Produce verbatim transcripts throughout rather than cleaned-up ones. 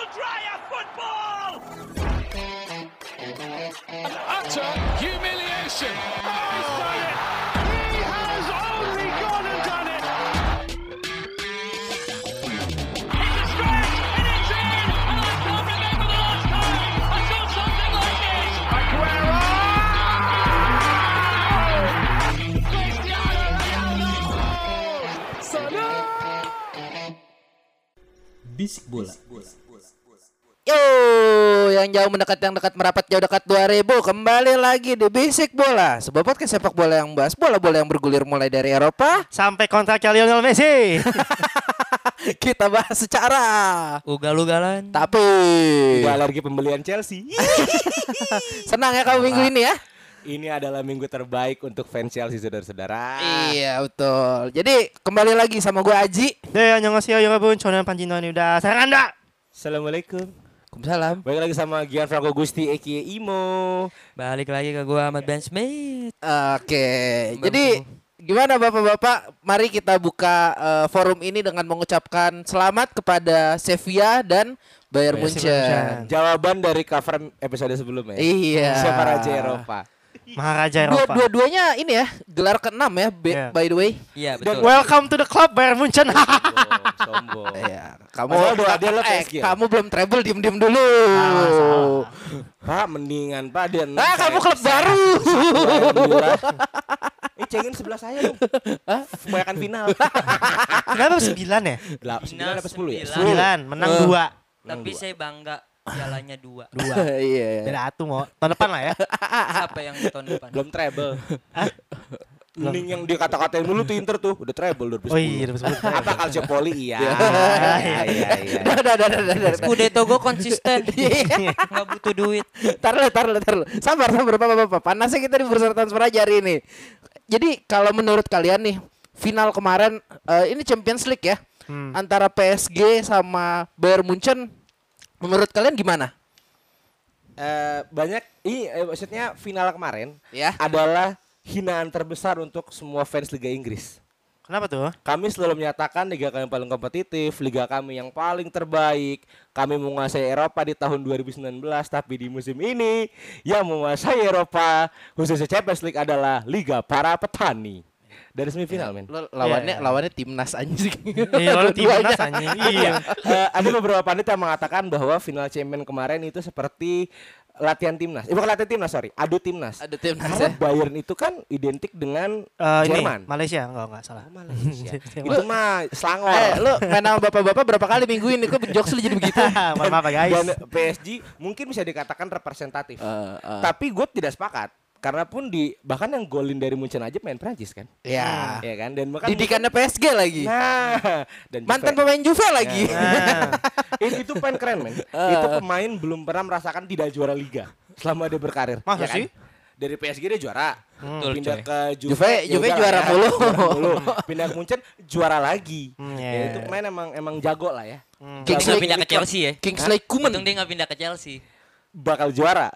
Andrea football! Utter humiliation. Oh, he's done it. He has only gone and done it. It's a stretch and it's in! And I can't remember the last time I saw something like this! Aguero! Cristiano Ronaldo! Salah! Bisik bola. Yo, yang jauh mendekat, yang dekat merapat, jauh dekat dua ribu. Kembali lagi di Bisik Bola, sebuah podcast sepak bola yang bahas bola-bola yang bergulir mulai dari Eropa sampai kontraknya Lionel Messi. kita bahas secara Ugal-ugalan. tapi Udah alergi pembelian Chelsea. senang ya kamu minggu ini ya. Ini adalah minggu terbaik untuk fans Chelsea, saudara-saudara. Iya betul. Jadi kembali lagi sama gue Aji. 네, 안녕하세요 여러분. 저는 판진원입니다. 사랑한다. Assalamualaikum. Waalaikumsalam. Balik lagi sama Gianfranco Gusti aka Imo. Balik lagi ke gua Ahmad Ben Smith. Oke, jadi gimana bapak-bapak? Mari kita buka eh, forum ini dengan mengucapkan selamat kepada Sevilla dan Bayern Bayern Munchen. Munchen. Jawaban dari cover episode sebelumnya. Iya. Siapa Raja Eropa? Maharaja Dua, Eropa. dua-duanya ini ya gelar keenam ya, be- Iya. by the way. Iya, betul. Welcome to the club Bayern Munchen. Sombong, sombong. Iya, kamu Padahal doa dia lo eh, P S G. kamu belum treble, diem-diem dulu. Pak, mendingan Pak dia. Ah, kamu klub baru. Ini cengin sebelah saya dong. Kebanyakan final. Kenapa sembilan ya? Delapan, sembilan apa sepuluh ya? Sembilan, menang Eh. dua. Tapi saya bangga jalannya dua. Dua. Iya. Beda atu mau. Tahun depan lah ya. Siapa yang tahun depan? Belum treble. Mending yang dia kata-katain dulu tuh Inter tuh udah treble dua ribu sepuluh. Oh iya, dua ribu sepuluh. Apa Calciopoli iya. Iya, Iya iya iya. Dah, dah, dah, dah, dah, dah. Scudetto gue konsisten. Nggak butuh duit. Tar lu, tar lu, tar lu. Sabar, sabar, bapak-bapak. Panasnya kita di bursa transfer aja hari ini. Jadi kalau menurut kalian nih, final kemarin eh, ini Champions League ya, Hmm. antara P S G sama Bayern Munchen, menurut kalian gimana? Eh, banyak ini eh, maksudnya final kemarin Ya. adalah hinaan terbesar untuk semua fans Liga Inggris. Kenapa tuh? Kami selalu menyatakan liga kami paling kompetitif, liga kami yang paling terbaik. Kami menguasai Eropa di tahun dua ribu sembilan belas, tapi di musim ini yang menguasai Eropa khususnya Champions League adalah Liga Para Petani. Dari semifinal, men. Lo lawannya Iya. lawannya timnas anjing. Iya, lawan timnas anjing. Iya. Eh, ada beberapa pandit yang mengatakan bahwa final champion kemarin itu seperti latihan timnas. Eh, bukan latihan timnas, sorry. Adu timnas. Ada timnas Karena ya. Bayern itu kan identik dengan Eh, ini Jerman. Malaysia enggak enggak salah. Oh, Malaysia. Itu mah Selangor. Eh, lu main sama bapak-bapak berapa kali minggu ini? Kok jokes lu jadi begitu? Mohon maaf ya guys. Dan P S G mungkin bisa dikatakan representatif. Eh, eh. Tapi gue tidak sepakat. Karena pun di bahkan yang golin dari Munchen aja main Prancis kan. Ya. Iya kan? Dan bahkan Didikannya P S G lagi. Nah, dan Mantan Juve. pemain Juve lagi. Nah, itu, itu pemain keren, men. Itu pemain belum pernah merasakan tidak juara liga selama dia berkarir. Masa Ya kan? sih? Dari P S G dia juara. Betul, Pindah coy. ke Juve, Juve- ya Juve udah juara lah ya, mulu. juara mulu. Pindah ke Munchen juara lagi. Hmm, Ya, iya. itu pemain emang emang jago lah ya. Hmm. Kings Nggak League- pindah ke Chelsea ya? Kingsley Coman. Untung dia nggak pindah ke Chelsea. Bakal juara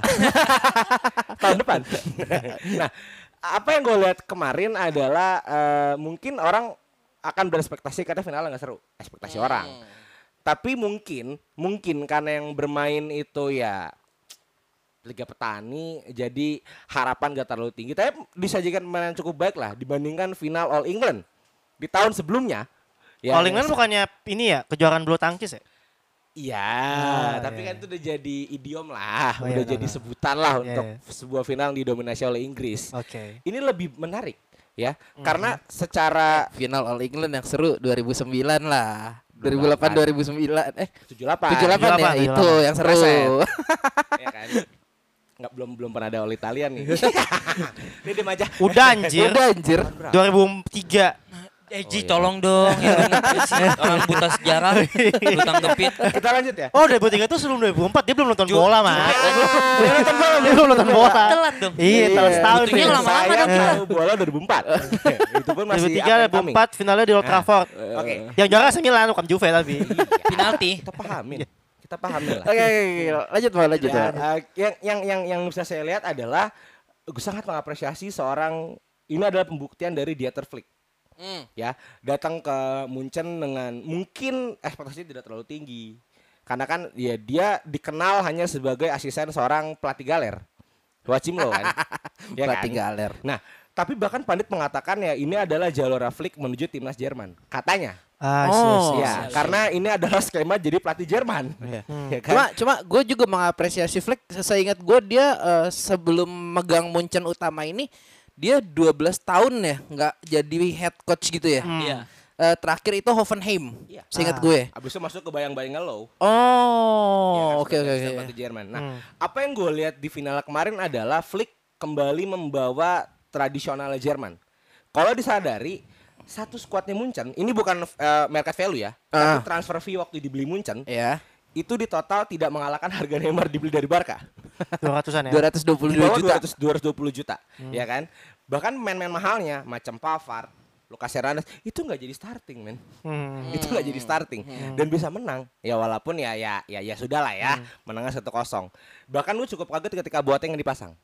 tahun depan. Nah, apa yang gue lihat kemarin adalah eh, mungkin orang akan berespektasi karena finalnya nggak seru, ekspektasi orang. Tapi mungkin, mungkin karena yang bermain itu ya Liga Petani, jadi harapan gak terlalu tinggi. Tapi disajikan pemain yang cukup baik lah dibandingkan final All England di tahun sebelumnya. Ya, All England bukannya ini ya kejuaraan bulu tangkis ya? Iya, Ah, tapi iya. kan itu udah jadi idiom lah, Oh, udah iya, jadi iya. sebutan lah Iya, untuk iya. sebuah final yang didominasi oleh Inggris. Oke. Ini lebih menarik ya, Mhm. karena secara Final All England yang seru dua ribu sembilan lah. dua ribu delapan dua ribu sembilan eh tujuh puluh delapan, tujuh puluh delapan ya tujuh puluh delapan. itu yang seru. Persen. ya kan? Nggak belum belum pernah ada All Italian nih. Ini dia aja. Udah anjir. Udah anjir. dua ribu tiga. Eh Ji, tolong dong. Ya, lu ngerti sih. Orang buta sejarah. Lu tanggepin. Kita lanjut ya. Oh, dua ribu tiga itu sebelum dua ribu empat dia belum nonton bola, Mas. Dia nonton bola, Dia belum nonton bola. Telat dong. Iya, telat setahun. Butuhnya dia. lama-lama Saya dong kita. tahu bola dua ribu empat. Itu pun dua masih ribu tiga, up and dua ribu coming. empat finalnya di Old Trafford. Oke, Yang juara A C Milan bukan Juve tapi. Penalti. kita pahamin. Kita pahamin lah. Oke, oke, oke. Lanjut, Pak, lanjut. Ya, Pak. eh, yang yang yang yang bisa saya lihat adalah gue sangat mengapresiasi seorang ini adalah pembuktian dari Dieter Flick. Hmm. Ya, datang ke Munchen dengan mungkin ekspektasi tidak terlalu tinggi. Karena kan ya dia dikenal hanya sebagai asisten seorang pelatih galer. Joachim Low kan. Ya Pelatih kan? galer. Nah, tapi bahkan Pandit mengatakan ya ini adalah jalur Flick menuju timnas Jerman. Katanya. Ah, Oh. iya, iya. Ya, karena ini adalah skema jadi pelatih Jerman. Iya. Ya kan? Cuma cuma gue juga mengapresiasi Flick. Seingat gue dia eh, sebelum megang Munchen utama ini dia dua belas tahun ya nggak jadi head coach gitu ya. Iya. Eh, terakhir itu Hoffenheim. Iya. Seingat Ah. gue. Abis itu masuk ke bayang-bayangnya Low. Ya Oh, kan, oke sebagai oke asisten oke. pelatih Jerman. Nah, Hmm. apa yang gue lihat di final kemarin adalah Flick kembali membawa tradisional Jerman. Kalau disadari satu skuadnya Munchen, ini bukan eh, market value ya, Ah. tapi transfer fee waktu dibeli Munchen Ya. itu di total tidak mengalahkan harga Neymar dibeli dari Barca. dua ratusan ya. dua ratus dua puluh Di dua bawah juta. dua ratus dua puluh juta, ya kan? Bahkan main-main mahalnya macam Pavard, Lucas Hernandez itu nggak jadi starting, men. Hmm. Itu nggak jadi starting dan bisa menang. Ya walaupun ya ya ya ya sudah lah ya, menangnya satu kosong. Bahkan lu cukup kaget ketika Boateng yang dipasang.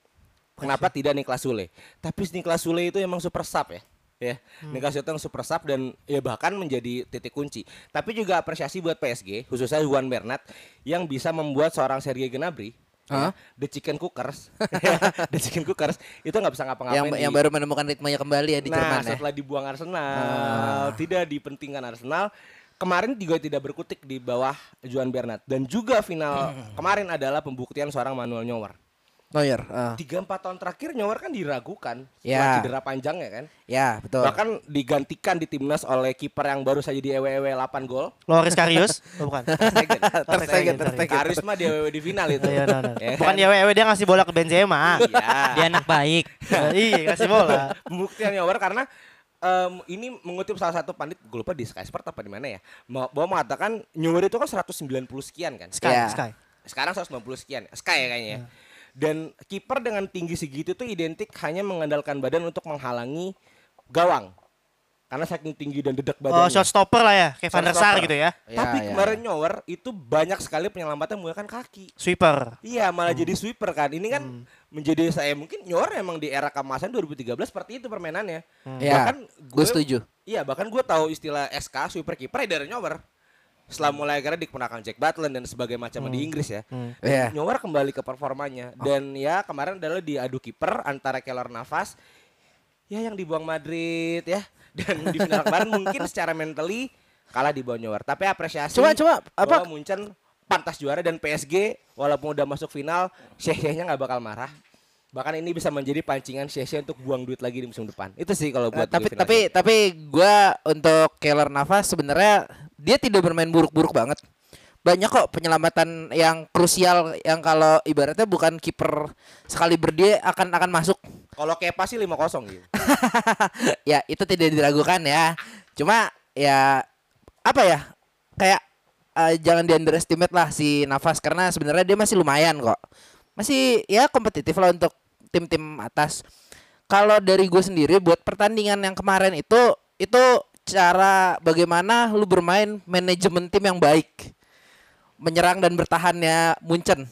Kenapa tidak Niklas Sule? Tapi Niklas Sule itu emang super sub ya. Ya, Niklas Sule itu yang super sub dan ya bahkan menjadi titik kunci. Tapi juga apresiasi buat P S G, khususnya Juan Bernat yang bisa membuat seorang Sergei Gnabry, ya, Hah? the chicken cookers, the chicken cookers itu nggak bisa ngapa-ngapain. Yang di- yang baru menemukan ritmenya kembali ya di nah, Jerman ya. setelah dibuang Arsenal, Ah. tidak dipentingkan Arsenal. Kemarin juga tidak berkutik di bawah Juan Bernat dan juga final kemarin adalah pembuktian seorang Manuel Neuer. Neuer. ah. Tiga empat tahun terakhir Neuer kan diragukan Ya. setelah cedera panjang ya kan. Ya, betul. Bahkan digantikan di timnas oleh kiper yang baru saja di E W E W delapan gol. Loris Karius? Oh, bukan. Ter Stegen. Ter Stegen, Ter sorry. Stegen. Karisma di E W E W di final itu. Iya, no, no. Ya Bukan kan? ya W W dia ngasih bola ke Benzema. Iya. Dia anak baik. Iya, ngasih bola. Pembuktian Neuer karena em, ini mengutip salah satu pandit, gue lupa di Sky Sport apa di mana ya, mau- bahwa mengatakan Neuer itu kan seratus sembilan puluh sekian kan. Sky, Iya. Sky. Sekarang seratus sembilan puluh sekian, Sky ya kayaknya. Dan kiper dengan tinggi segitu tuh identik hanya mengandalkan badan untuk menghalangi gawang. Karena saking tinggi dan dedek Oh, badannya. shot stopper lah ya, kayak Van der Sar Shotstopper. gitu ya. Ya, Tapi ya. kemarin Neuer itu banyak sekali penyelamatnya menggunakan kaki. Sweeper. Iya, malah jadi sweeper kan. Ini kan menjadi saya mungkin Neuer emang di era keemasan dua ribu tiga belas seperti itu permainannya. Ya, Bahkan gue setuju. Iya, bahkan gue tahu istilah S K sweeper kiper ya dari Neuer. Setelah mulai karena dikenakan Jack Butland dan sebagai macam di Inggris ya. Iya. Neuer kembali ke performanya dan ya kemarin adalah diadu kiper antara Keylor Navas ya yang dibuang Madrid ya dan di final kemarin mungkin secara mentally kalah di bawah Neuer. Tapi apresiasi Cuma- cuma, apa- bahwa Munchen pantas juara dan P S G walaupun udah masuk final Syekh-syekhnya nggak bakal marah. Bahkan ini bisa menjadi pancingan Syekh untuk buang duit lagi di musim depan. Itu sih kalau Eh, buat tapi gue tapi finalnya. tapi gue untuk Keylor Navas sebenarnya dia tidak bermain buruk-buruk banget. Banyak kok penyelamatan yang krusial yang kalau ibaratnya bukan kiper sekali berdie akan akan masuk. Kalau Kepa sih lima kosong gitu. Ya itu tidak diragukan ya. Cuma ya apa ya kayak eh, jangan di underestimate lah si Navas karena sebenarnya dia masih lumayan kok. Masih ya kompetitif lah untuk tim-tim atas. Kalau dari gue sendiri buat pertandingan yang kemarin itu itu cara bagaimana lu bermain manajemen tim yang baik. Menyerang dan bertahannya Munchen.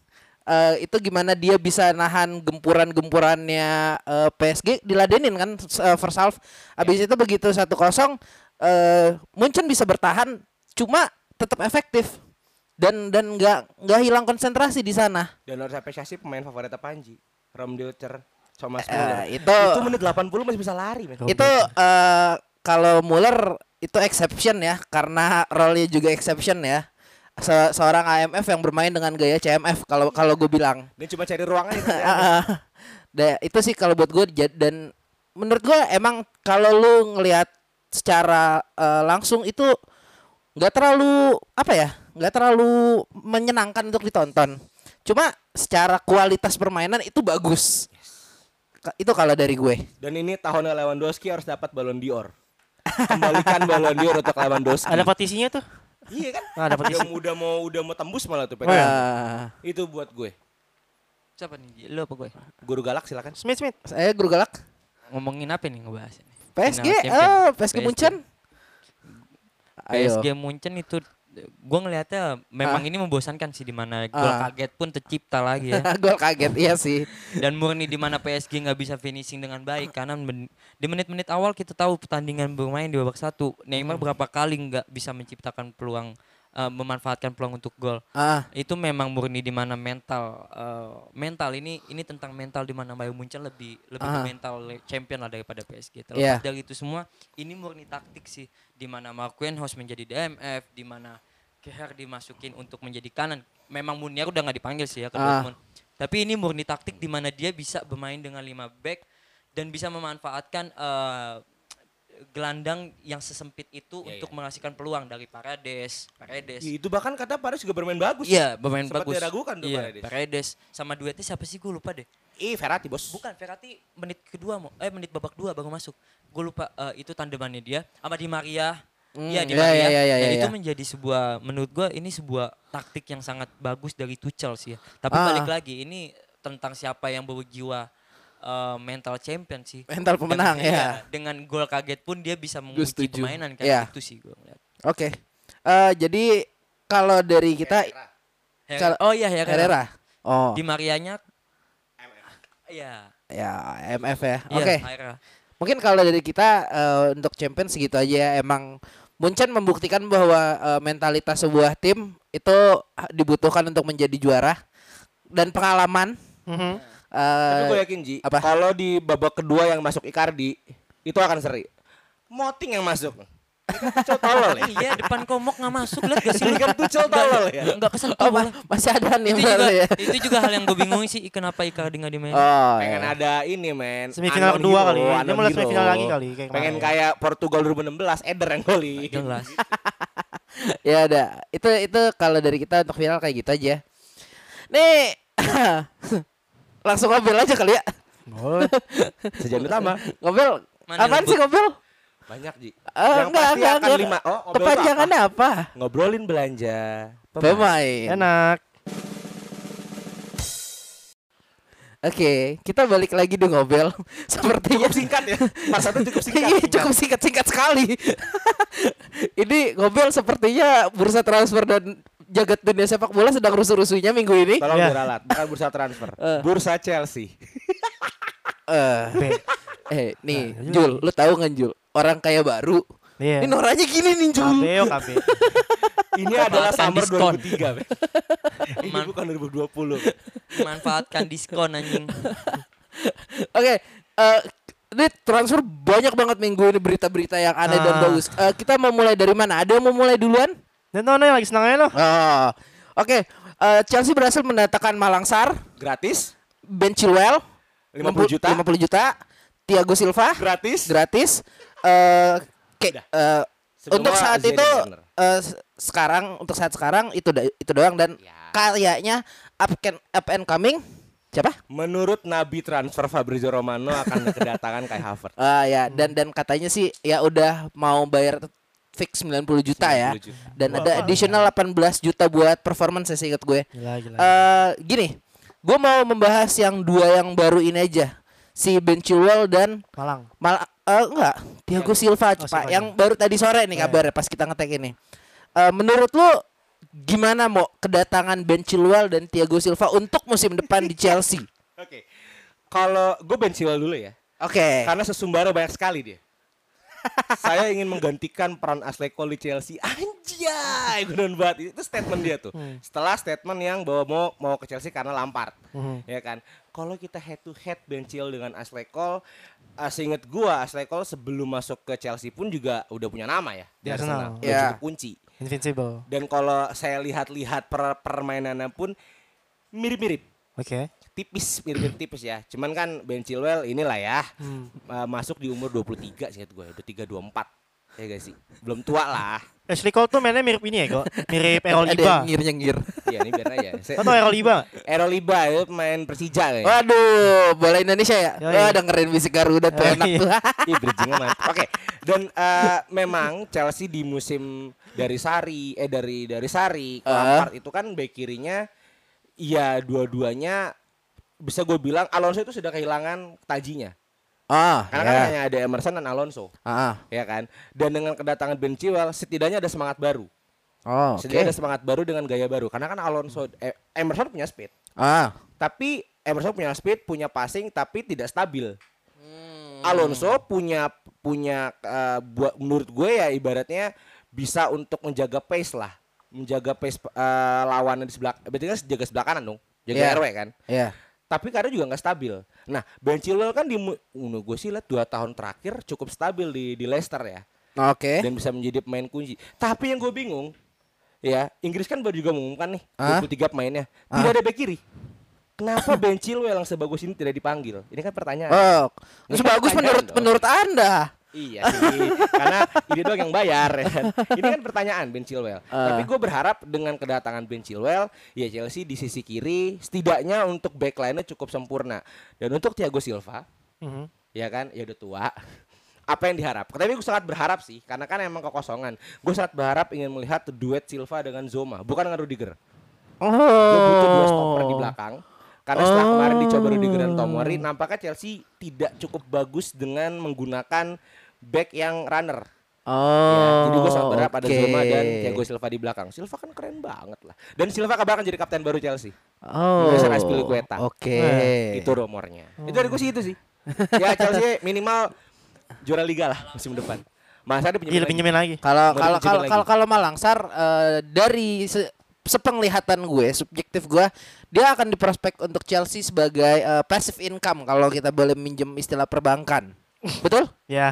Eh, itu gimana dia bisa nahan gempuran-gempurannya eh, P S G diladenin kan eh, first half. Habis itu begitu satu kosong eh, Munchen bisa bertahan cuma tetap efektif dan dan nggak nggak hilang konsentrasi di sana. Dan harus apresiasi pemain favoritnya Panji, Rom Deuter, Thomas Eh, Muller. itu itu menit delapan puluh masih bisa lari, men. itu eh, kalau Muller itu exception ya karena role-nya juga exception ya. Se- seorang A M F yang bermain dengan gaya C M F kalau kalau gue bilang. Dia cuma cari ruang aja. kan. Ah, da- itu sih kalau buat gue jad- dan menurut gue emang kalau lu ngelihat secara eh, langsung itu nggak terlalu apa ya nggak terlalu menyenangkan untuk ditonton. Cuma secara kualitas permainan itu bagus. Ka- Itu kalau dari gue. Dan ini tahunnya Lewandowski harus dapat Ballon d'Or. Kembalikan Ballon d'Or untuk Lewandowski. Ada petisinya tuh. Iya kan? Ah, ada petisi. Yang udah mau udah mau tembus malah tuh. P S G. Wah, Itu buat gue. Siapa nih? Lu apa gue? Guru galak silakan. Smith Smith. saya Guru Galak. Ngomongin apa nih ngebahas ini? P S G, Final champion. oh P S G P S G. Munchen. P S G Munchen itu gue ngelihatnya memang Ah. ini membosankan sih di mana gol Ah. kaget pun tercipta lagi ya. Gol kaget iya sih. Dan murni di mana P S G nggak bisa finishing dengan baik karena men- di menit-menit awal kita tahu pertandingan bermain di babak satu Neymar berapa kali nggak bisa menciptakan peluang uh, memanfaatkan peluang untuk gol. Ah, Itu memang murni di mana mental uh, mental ini ini tentang mental di mana Bayern Munchen lebih lebih ke Ah. mental le- champion lah daripada P S G. Iya. Terlepas dari itu semua, ini murni taktik sih di mana Marquinhos menjadi D M F, di mana Kehrer dimasukin untuk menjadi kanan. Memang Munier udah nggak dipanggil sih ya ke Ah. Dortmund. Tapi ini murni taktik di mana dia bisa bermain dengan lima back dan bisa memanfaatkan uh, gelandang yang sesempit itu Iya, untuk iya. menghasilkan peluang dari Paredes, Paredes. Itu bahkan kata Paris juga bermain bagus. Iya, bermain Sempat bagus. diragukan tuh Iya, Paredes. Paredes. Sama duetnya siapa sih, gue lupa deh. Ih, Verratti bos. Bukan, Verratti menit kedua mau eh menit babak dua baru masuk. Gue lupa eh, itu tandemannya dia sama Di Maria. Hmm, Iya, Di iya, Maria. iya, iya, Dan iya, itu iya. menjadi sebuah, menurut gue ini sebuah taktik yang sangat bagus dari Tuchel sih ya. Tapi Ah. balik lagi, ini tentang siapa yang bawa jiwa eh, mental champion sih. mental pemenang Dengan- ya. iya, dengan gol kaget pun dia bisa mengunci setuju. permainan kan, Iya. itu sih gue ngeliat. Oke. Eh, jadi kalau dari kita Her- Kal- oh iya, Herrera. Herrera. Oh, Di Marianya iya. ya M F ya. Iya, Oke. Herrera. Mungkin kalau dari kita eh, untuk Champions segitu aja ya. Emang Munchen membuktikan bahwa eh, mentalitas sebuah tim itu ha- dibutuhkan untuk menjadi juara dan pengalaman. Mhm. Tapi eh, gue yakin Ji, apa? kalau di babak kedua yang masuk Icardi, itu akan seri. Moting yang masuk. Ini kan Tuchel tolol ya. Iya, depan komok nggak masuk, lihat gak sih? Ini kan Tuchel tolol ya. Nggak kesentuh oh, bola. ma- masih ada nih Itu baru juga, ya. itu juga hal yang gue bingung sih, kenapa Icardi nggak dimainin. Oh, Pengen ya. ada ini men. Semifinal unknown kedua hero, kali. Dia unknown mulai hero. semifinal lagi kali, kayak Pengen kemarin. kayak Portugal dua ribu enam belas, Eder yang goli. Jelas. Ya udah, itu itu kalau dari kita untuk final kayak gitu aja. Nih langsung ngobrol aja kali ya. Boleh. Sejam utama. Ngobrol. Mana Apaan lembut? sih ngobrol? Banyak Ji. Eh, yang enggak, pasti enggak, akan enggak. lima. Oh, ngobrol itu Kepanjangannya apa? apa? Ngobrolin belanja. Pemain. Enak. Oke, kita balik lagi dong ngobrol. Sepertinya Cukup singkat ya. Pas satu cukup singkat. Iya, cukup singkat-singkat sekali. Ini ngobrol sepertinya bursa transfer dan jagat dunia sepak bola sedang rusuh-rusuhnya minggu ini. Tolong Iya. diralat, bukan bursa transfer. Eh. Bursa Chelsea. Eh, B. eh, nih, Nah, Jul, lu tahu nggak Jul? Orang kaya baru. Iya. Ini noranya gini nih, Jul. K B O K B. Ini adalah Manfaatkan summer diskon. dua ribu tiga. Men. Ini Man- bukan dua ribu dua puluh. Manfaatkan diskon anjing. Oke, eh ini transfer banyak banget minggu ini berita-berita yang aneh dan Ah. bagus. Eh, kita mau mulai dari mana? Ada yang mau mulai duluan? Dan tuh yang lagi senang aja loh. Oh, oke. Eh, Chelsea berhasil mendatangkan Malangsar, Gratis, Ben Chilwell, lima puluh juta. lima puluh juta, Thiago Silva, Gratis. gratis. Eh, ke- Udah. eh, Semua untuk saat Zidane itu Werner. eh, se- sekarang untuk saat sekarang itu da- itu doang dan Ya. kayaknya up, can, up and coming siapa? Menurut Nabi transfer Fabrizio Romano akan kedatangan Kai Havertz. Ah ya, dan dan katanya sih ya udah mau bayar fix sembilan puluh juta ya. sembilan puluh juta. Dan ada additional delapan belas juta buat performance saya ingat gue. Gila gila. Eh gini, gue mau membahas yang dua yang baru ini aja. Si Ben Chilwell dan Malang. mal eh, enggak, Thiago Silva, Oh, Pak, Silva yang baru tadi sore nih Iya. kabarnya pas kita ngetek ini. Eh, menurut lu gimana mau kedatangan Ben Chilwell dan Thiago Silva untuk musim depan di Chelsea? Oke. Kalau gue Ben Chilwell dulu ya. Oke. Karena sesumbara banyak sekali dia. Saya ingin menggantikan peran Ashley Cole di Chelsea. Anjay, gue banget. Itu statement dia tuh. Setelah statement yang bahwa mau mau ke Chelsea karena Lampard. Mhm. Ya kan. Kalau kita head to head Ben Chilwell dengan Ashley Cole, uh, seinget gua Ashley Cole sebelum masuk ke Chelsea pun juga udah punya nama ya di Di Arsenal. Arsenal. Udah Ya. cukup kunci. Invincible. Dan kalau saya lihat-lihat per permainannya pun mirip-mirip. Oke. Tipis, mirip-mirip tipis ya. Cuman kan Ben Chilwell inilah ya. Hmm. uh, masuk di umur dua puluh tiga sih gue, udah tiga dua puluh empat. Ya gak sih? Belum tua lah. Ashley Cole tuh mainnya mirip ini ya kok. Mirip Errol Ada Liba. yang ngir-nyengir. Iya, ini biar aja. Saya- Kau tau Errol Liba? Errol Liba itu pemain Persija kayaknya. Waduh, bola Indonesia ya? Yoi. Wah, dengerin musik Garuda tuh Oh, enak iya. tuh. Ih, bridgingnya mantap. Oke, dan eh, memang Chelsea di musim dari Sari, eh dari dari Sari ke Ah. Lampard itu kan bek kirinya, ya dua-duanya bisa gue bilang Alonso itu sudah kehilangan tajinya. Ah, Karena kan ya. hanya ada Emerson dan Alonso, Ah, ya kan. Dan dengan kedatangan Ben Chilwell, setidaknya ada semangat baru. oh, oke. Setidaknya ada semangat baru dengan gaya baru. Karena kan Alonso, eh, Emerson punya speed, Ah, tapi Emerson punya speed, punya passing, tapi tidak stabil. Hmm. Alonso punya punya eh, buat menurut gue ya ibaratnya bisa untuk menjaga pace lah. menjaga pace uh, lawannya di sebelah, berarti kan jaga sebelah kanan dong, jaga Iya. R W kan. Iya. Tapi kadang juga nggak stabil. Nah, Ben Chilwell kan di uh, gue sih lihat dua tahun terakhir cukup stabil di di Leicester ya. Oke. Dan bisa menjadi pemain kunci. Tapi yang gue bingung, ya Inggris kan baru juga mengumumkan nih Ah? dua puluh tiga pemainnya, Ah? tidak ada bek kiri. Kenapa Ben Chilwell yang sebagus ini tidak dipanggil? Ini kan pertanyaan. Oh, Ini itu kan bagus pertanyaan menurut dong. menurut Anda. Iya sih, karena ini doang yang bayar. Ya kan? Ini kan pertanyaan Ben Chilwell. Ah. Tapi gue berharap dengan kedatangan Ben Chilwell, ya Chelsea di sisi kiri setidaknya untuk backline-nya cukup sempurna. Dan untuk Thiago Silva, Mhm. ya kan, ya udah tua. Apa yang diharap? Tapi gue sangat berharap sih, karena kan emang kekosongan. Gue sangat berharap ingin melihat duet Silva dengan Zoma, bukan dengan Rudiger. Oh. Gue butuh dua stopper di belakang. Karena setelah Oh. kemarin dicoba Rudiger dan Tomori, nampaknya Chelsea tidak cukup bagus dengan menggunakan back yang runner. Oh. Ya, jadi gue sangat berharap ada oke. Zoma dan Thiago Silva di belakang. Silva kan keren banget lah. Dan Silva kabar akan jadi kapten baru Chelsea. Oh. Geser Azpilicueta. Oke. Itu rumornya. Itu dari gue sih itu sih. Ya Chelsea minimal juara liga lah musim depan. Masa dia Iya pinjemin lebih lagi. nyemin lagi. Kalau Mau kalau dipinjemin kalau lagi. kalau kalau Malangsar eh, dari se- sepenglihatan gue, subjektif gue, dia akan diprospek untuk Chelsea sebagai eh, passive income kalau kita boleh minjem istilah perbankan. Betul? Ya.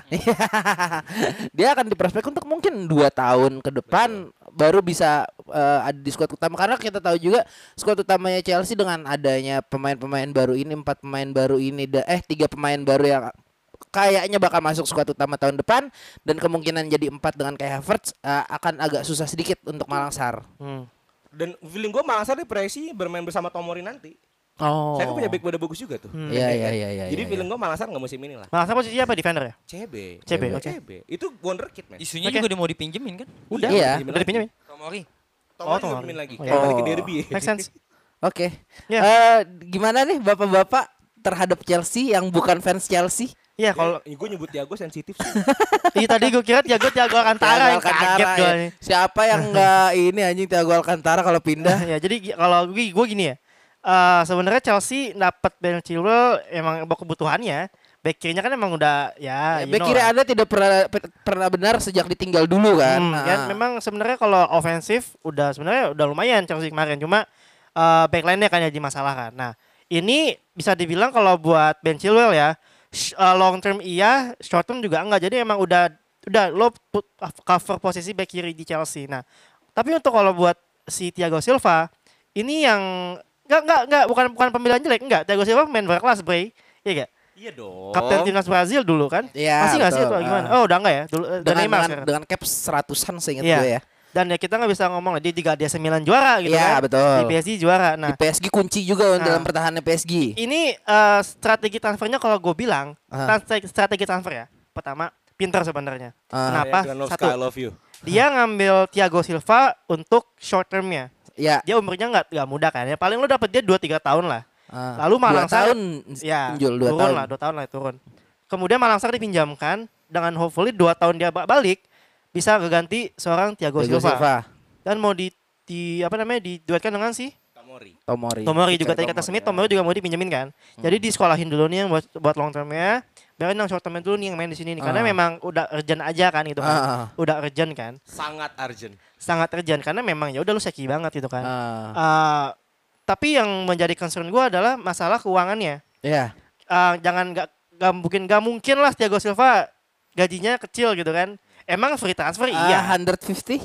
Dia akan diprospek untuk mungkin dua tahun ke depan baru bisa eh, ada di skuad utama, karena kita tahu juga skuad utamanya Chelsea dengan adanya pemain-pemain baru ini, empat pemain baru ini da- eh tiga pemain baru yang kayaknya bakal masuk skuad utama tahun depan dan kemungkinan jadi empat dengan kayak Havertz eh, akan agak susah sedikit untuk Malangsar. Hmm. Dan feeling gue Malangsar di proyeksi bermain bersama Tomori nanti. Oh. Saya kan punya back pada bagus juga tuh. Hmm. Iya iya iya iya. Jadi iya, feeling gue Malangsar nggak musim ini lah. Malah posisinya apa, defender ya? C B. C B, oke. C B. Itu wonderkid man. Isunya Oke. juga udah mau dipinjemin kan? Udah. Iya. pinjemin Udah lagi. dipinjemin? Tomori. Tomori Oh, juga Tomori. pinjemin lagi. Oh, Kayak iya. balik ke derby. Make sense. Oke. Ya. Eh, gimana nih Bapak-bapak terhadap Chelsea yang bukan fans Chelsea? Iya kalau Kalau gue nyebut Thiago sensitif sih. iya tadi gue kira Thiago Thiago Alcantara yang kaget gue ya. nih. Siapa yang enggak ini anjing Thiago Alcantara kalau pindah? Ya jadi gi- kalau gue gue gini ya. Eh sebenarnya Chelsea dapat Ben Chilwell emang kebutuhannya. Back kirinya kan emang udah ya, you Back know kiri lah. Anda tidak pernah per- pernah benar sejak ditinggal dulu kan? Hmm, Nah. kan memang sebenarnya kalau ofensif udah sebenarnya udah lumayan Chelsea kemarin, cuma eh backline-nya kan jadi masalah kan. Nah, ini bisa dibilang kalau buat Ben Chilwell ya, sh- eh, long term iya, short term juga enggak. Jadi emang udah udah lo put, cover posisi back kiri di Chelsea. Nah, tapi untuk kalau buat si Thiago Silva ini yang enggak enggak enggak bukan bukan pemilihan jelek, enggak. Thiago Silva main berkelas, Bray. Iya enggak? Iya dong. Kapten timnas Brazil dulu kan? Iya, Masih nggak sih betul. atau gimana? Ah. Oh udah enggak ya? Dulu eh, dan dengan, Neymar dengan, sekarang. dengan cap seratusan seingat Iya. gue ya. Dan ya kita nggak bisa ngomong lah dia juga dia sembilan juara gitu Iya, kan. betul. Di P S G juara. Nah, Di P S G kunci juga Nah. dalam pertahanan P S G. ini eh, strategi transfernya kalau gue bilang Ah. strategi, strategi transfer ya. Pertama, pintar sebenarnya. Ah. Kenapa? Ya, Granovska, Satu, I love you. dia ngambil Thiago Silva untuk short termnya. Ya. Dia umurnya nggak nggak muda kan. Ya paling lu dapat dia dua tiga tahun lah. Ah. Lalu Dua Malangsar tahun ya Jul, dua turun tahun. lah, dua tahun lah turun. Kemudian Malangsar dipinjamkan dengan hopefully dua tahun dia ba- balik bisa keganti seorang Thiago, Thiago Silva. Silva. Dan mau di, di apa namanya diduetkan dengan si Tomori. Tomori. Tomori juga Richard tadi kata Tomori, Smith, ya. Tomori juga mau dipinjemin kan. Jadi disekolahin dulu nih yang buat buat long termnya. Biarin yang short termnya dulu nih yang main di sini nih. Karena Ah. memang udah urgent aja kan gitu kan. Ah. Udah urgent kan. Sangat urgent. Sangat urgent karena memang ya udah lu seki banget gitu kan. Ah. Ah, tapi yang menjadi concern gue adalah masalah keuangannya. Ya. Ah, jangan nggak nggak mungkin nggak mungkin lah Thiago Silva gajinya kecil gitu kan. Emang free transfer Ah, iya. seratus lima puluh.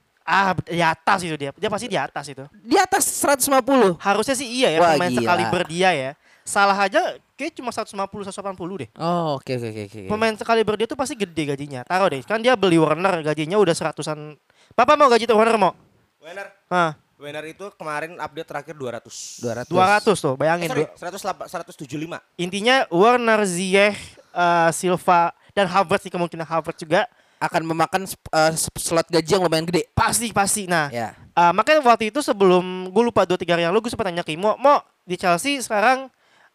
Ah di atas itu dia. Dia pasti di atas itu. Di atas seratus lima puluh. Harusnya sih iya ya Wah, pemain gila. sekaliber dia ya. Salah aja kayak cuma seratus lima puluh seratus delapan puluh deh. Oh, oke oke oke oke. Pemain sekaliber dia tuh pasti gede gajinya. Taruh deh. Kan dia beli Werner gajinya udah seratusan. Papa mau gaji tuh Werner mau? Werner. Hah, Werner itu kemarin update terakhir dua ratus. dua ratus. dua ratus tuh, Eh, bayangin. sorry, Dua- seratus delapan- seratus tujuh puluh lima. Intinya Werner, Ziyech, eh, Silva dan Havertz nih kemungkinan Havertz juga Akan memakan sp- eh, sp- slot gaji yang lumayan gede. pasti pasti. Nah, Ya. eh, makanya waktu itu sebelum gue lupa dua tiga hari yang lalu gue sempat tanya ke Imo, Mo di Chelsea sekarang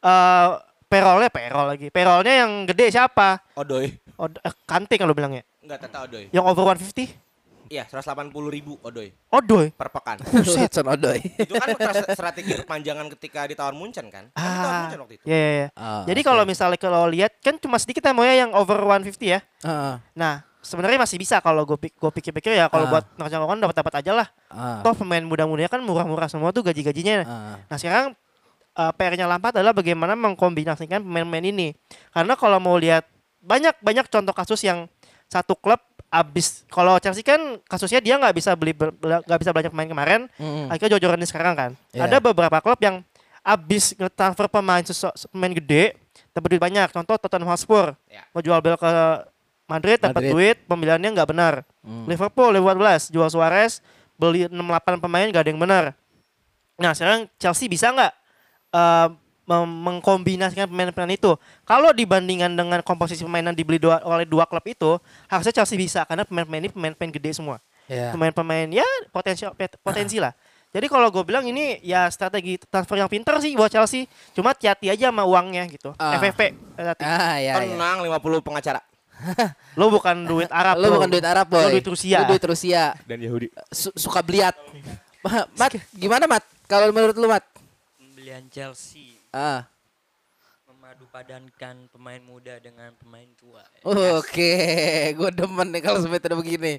eh payrollnya payroll lagi. Payrollnya yang gede siapa? Odoi. Oh, eh, Kante kalau bilangnya. Enggak, Tata Odoi. Yang over seratus lima puluh? Iya, seratus delapan puluh ribu Odoi Odoi. per pekan. Buset Son Odoi. Itu kan strat- strategi perpanjangan ketika ditawar Munchen kan? Kan ditawar Ah, Munchen waktu itu. ya, ya, ya. Ah, Jadi oke. kalau misalnya kalau lihat kan cuma sedikit ya Mo ya yang over seratus lima puluh ya. Ah, Nah, sebenarnya masih bisa kalau gue gue pikir-pikir ya kalau Ah. buat Raja Lawan dapat-dapat aja lah. Ah. Toh pemain muda-mudanya kan murah-murah semua tuh gaji-gajinya. Ah. Nah sekarang uh, P R-nya Lampard adalah bagaimana mengkombinasikan pemain-pemain ini. Karena kalau mau lihat banyak banyak contoh kasus yang satu klub abis, kalau Chelsea kan kasusnya dia nggak bisa beli ber- nggak bisa belanja pemain kemarin, Mm-mm. akhirnya jor-joran ini sekarang kan. Iya. Ada beberapa klub yang abis nge-transfer pemain sesu- pemain gede dapat duit banyak. Contoh Tottenham Hotspur Ya. mau jual Bale ke Madrid dapat Madrid. duit, pembeliannya nggak benar. Hmm. Liverpool lima belas jual Suarez, beli enam delapan pemain gak ada yang benar. Nah sekarang Chelsea bisa nggak eh, mem- mengkombinasikan pemain-pemain itu? Kalau dibandingkan dengan komposisi pemain yang dibeli dua, oleh dua klub itu, harusnya Chelsea bisa karena pemain-pemain ini pemain-pemain gede semua. Ya. Pemain-pemain ya potensi potensi lah. Jadi kalau gue bilang ini ya strategi transfer yang pinter sih buat Chelsea. Cuma hati-hati aja sama uangnya gitu. Ah. F F P. hati-hati. Ah ya, ya. Tenang lima puluh pengacara Lo bukan duit Arab. Lu bro. bukan duit Arab boy. Lo duit Rusia. Lu duit Rusia. dan Yahudi. Su- suka beliat. Ma- Mat, gimana Mat? Kalau menurut lu Mat? Pembelian Chelsea Ah. memadu padankan pemain muda dengan pemain tua. Oke, gue demen nih kalau sampai udah begini.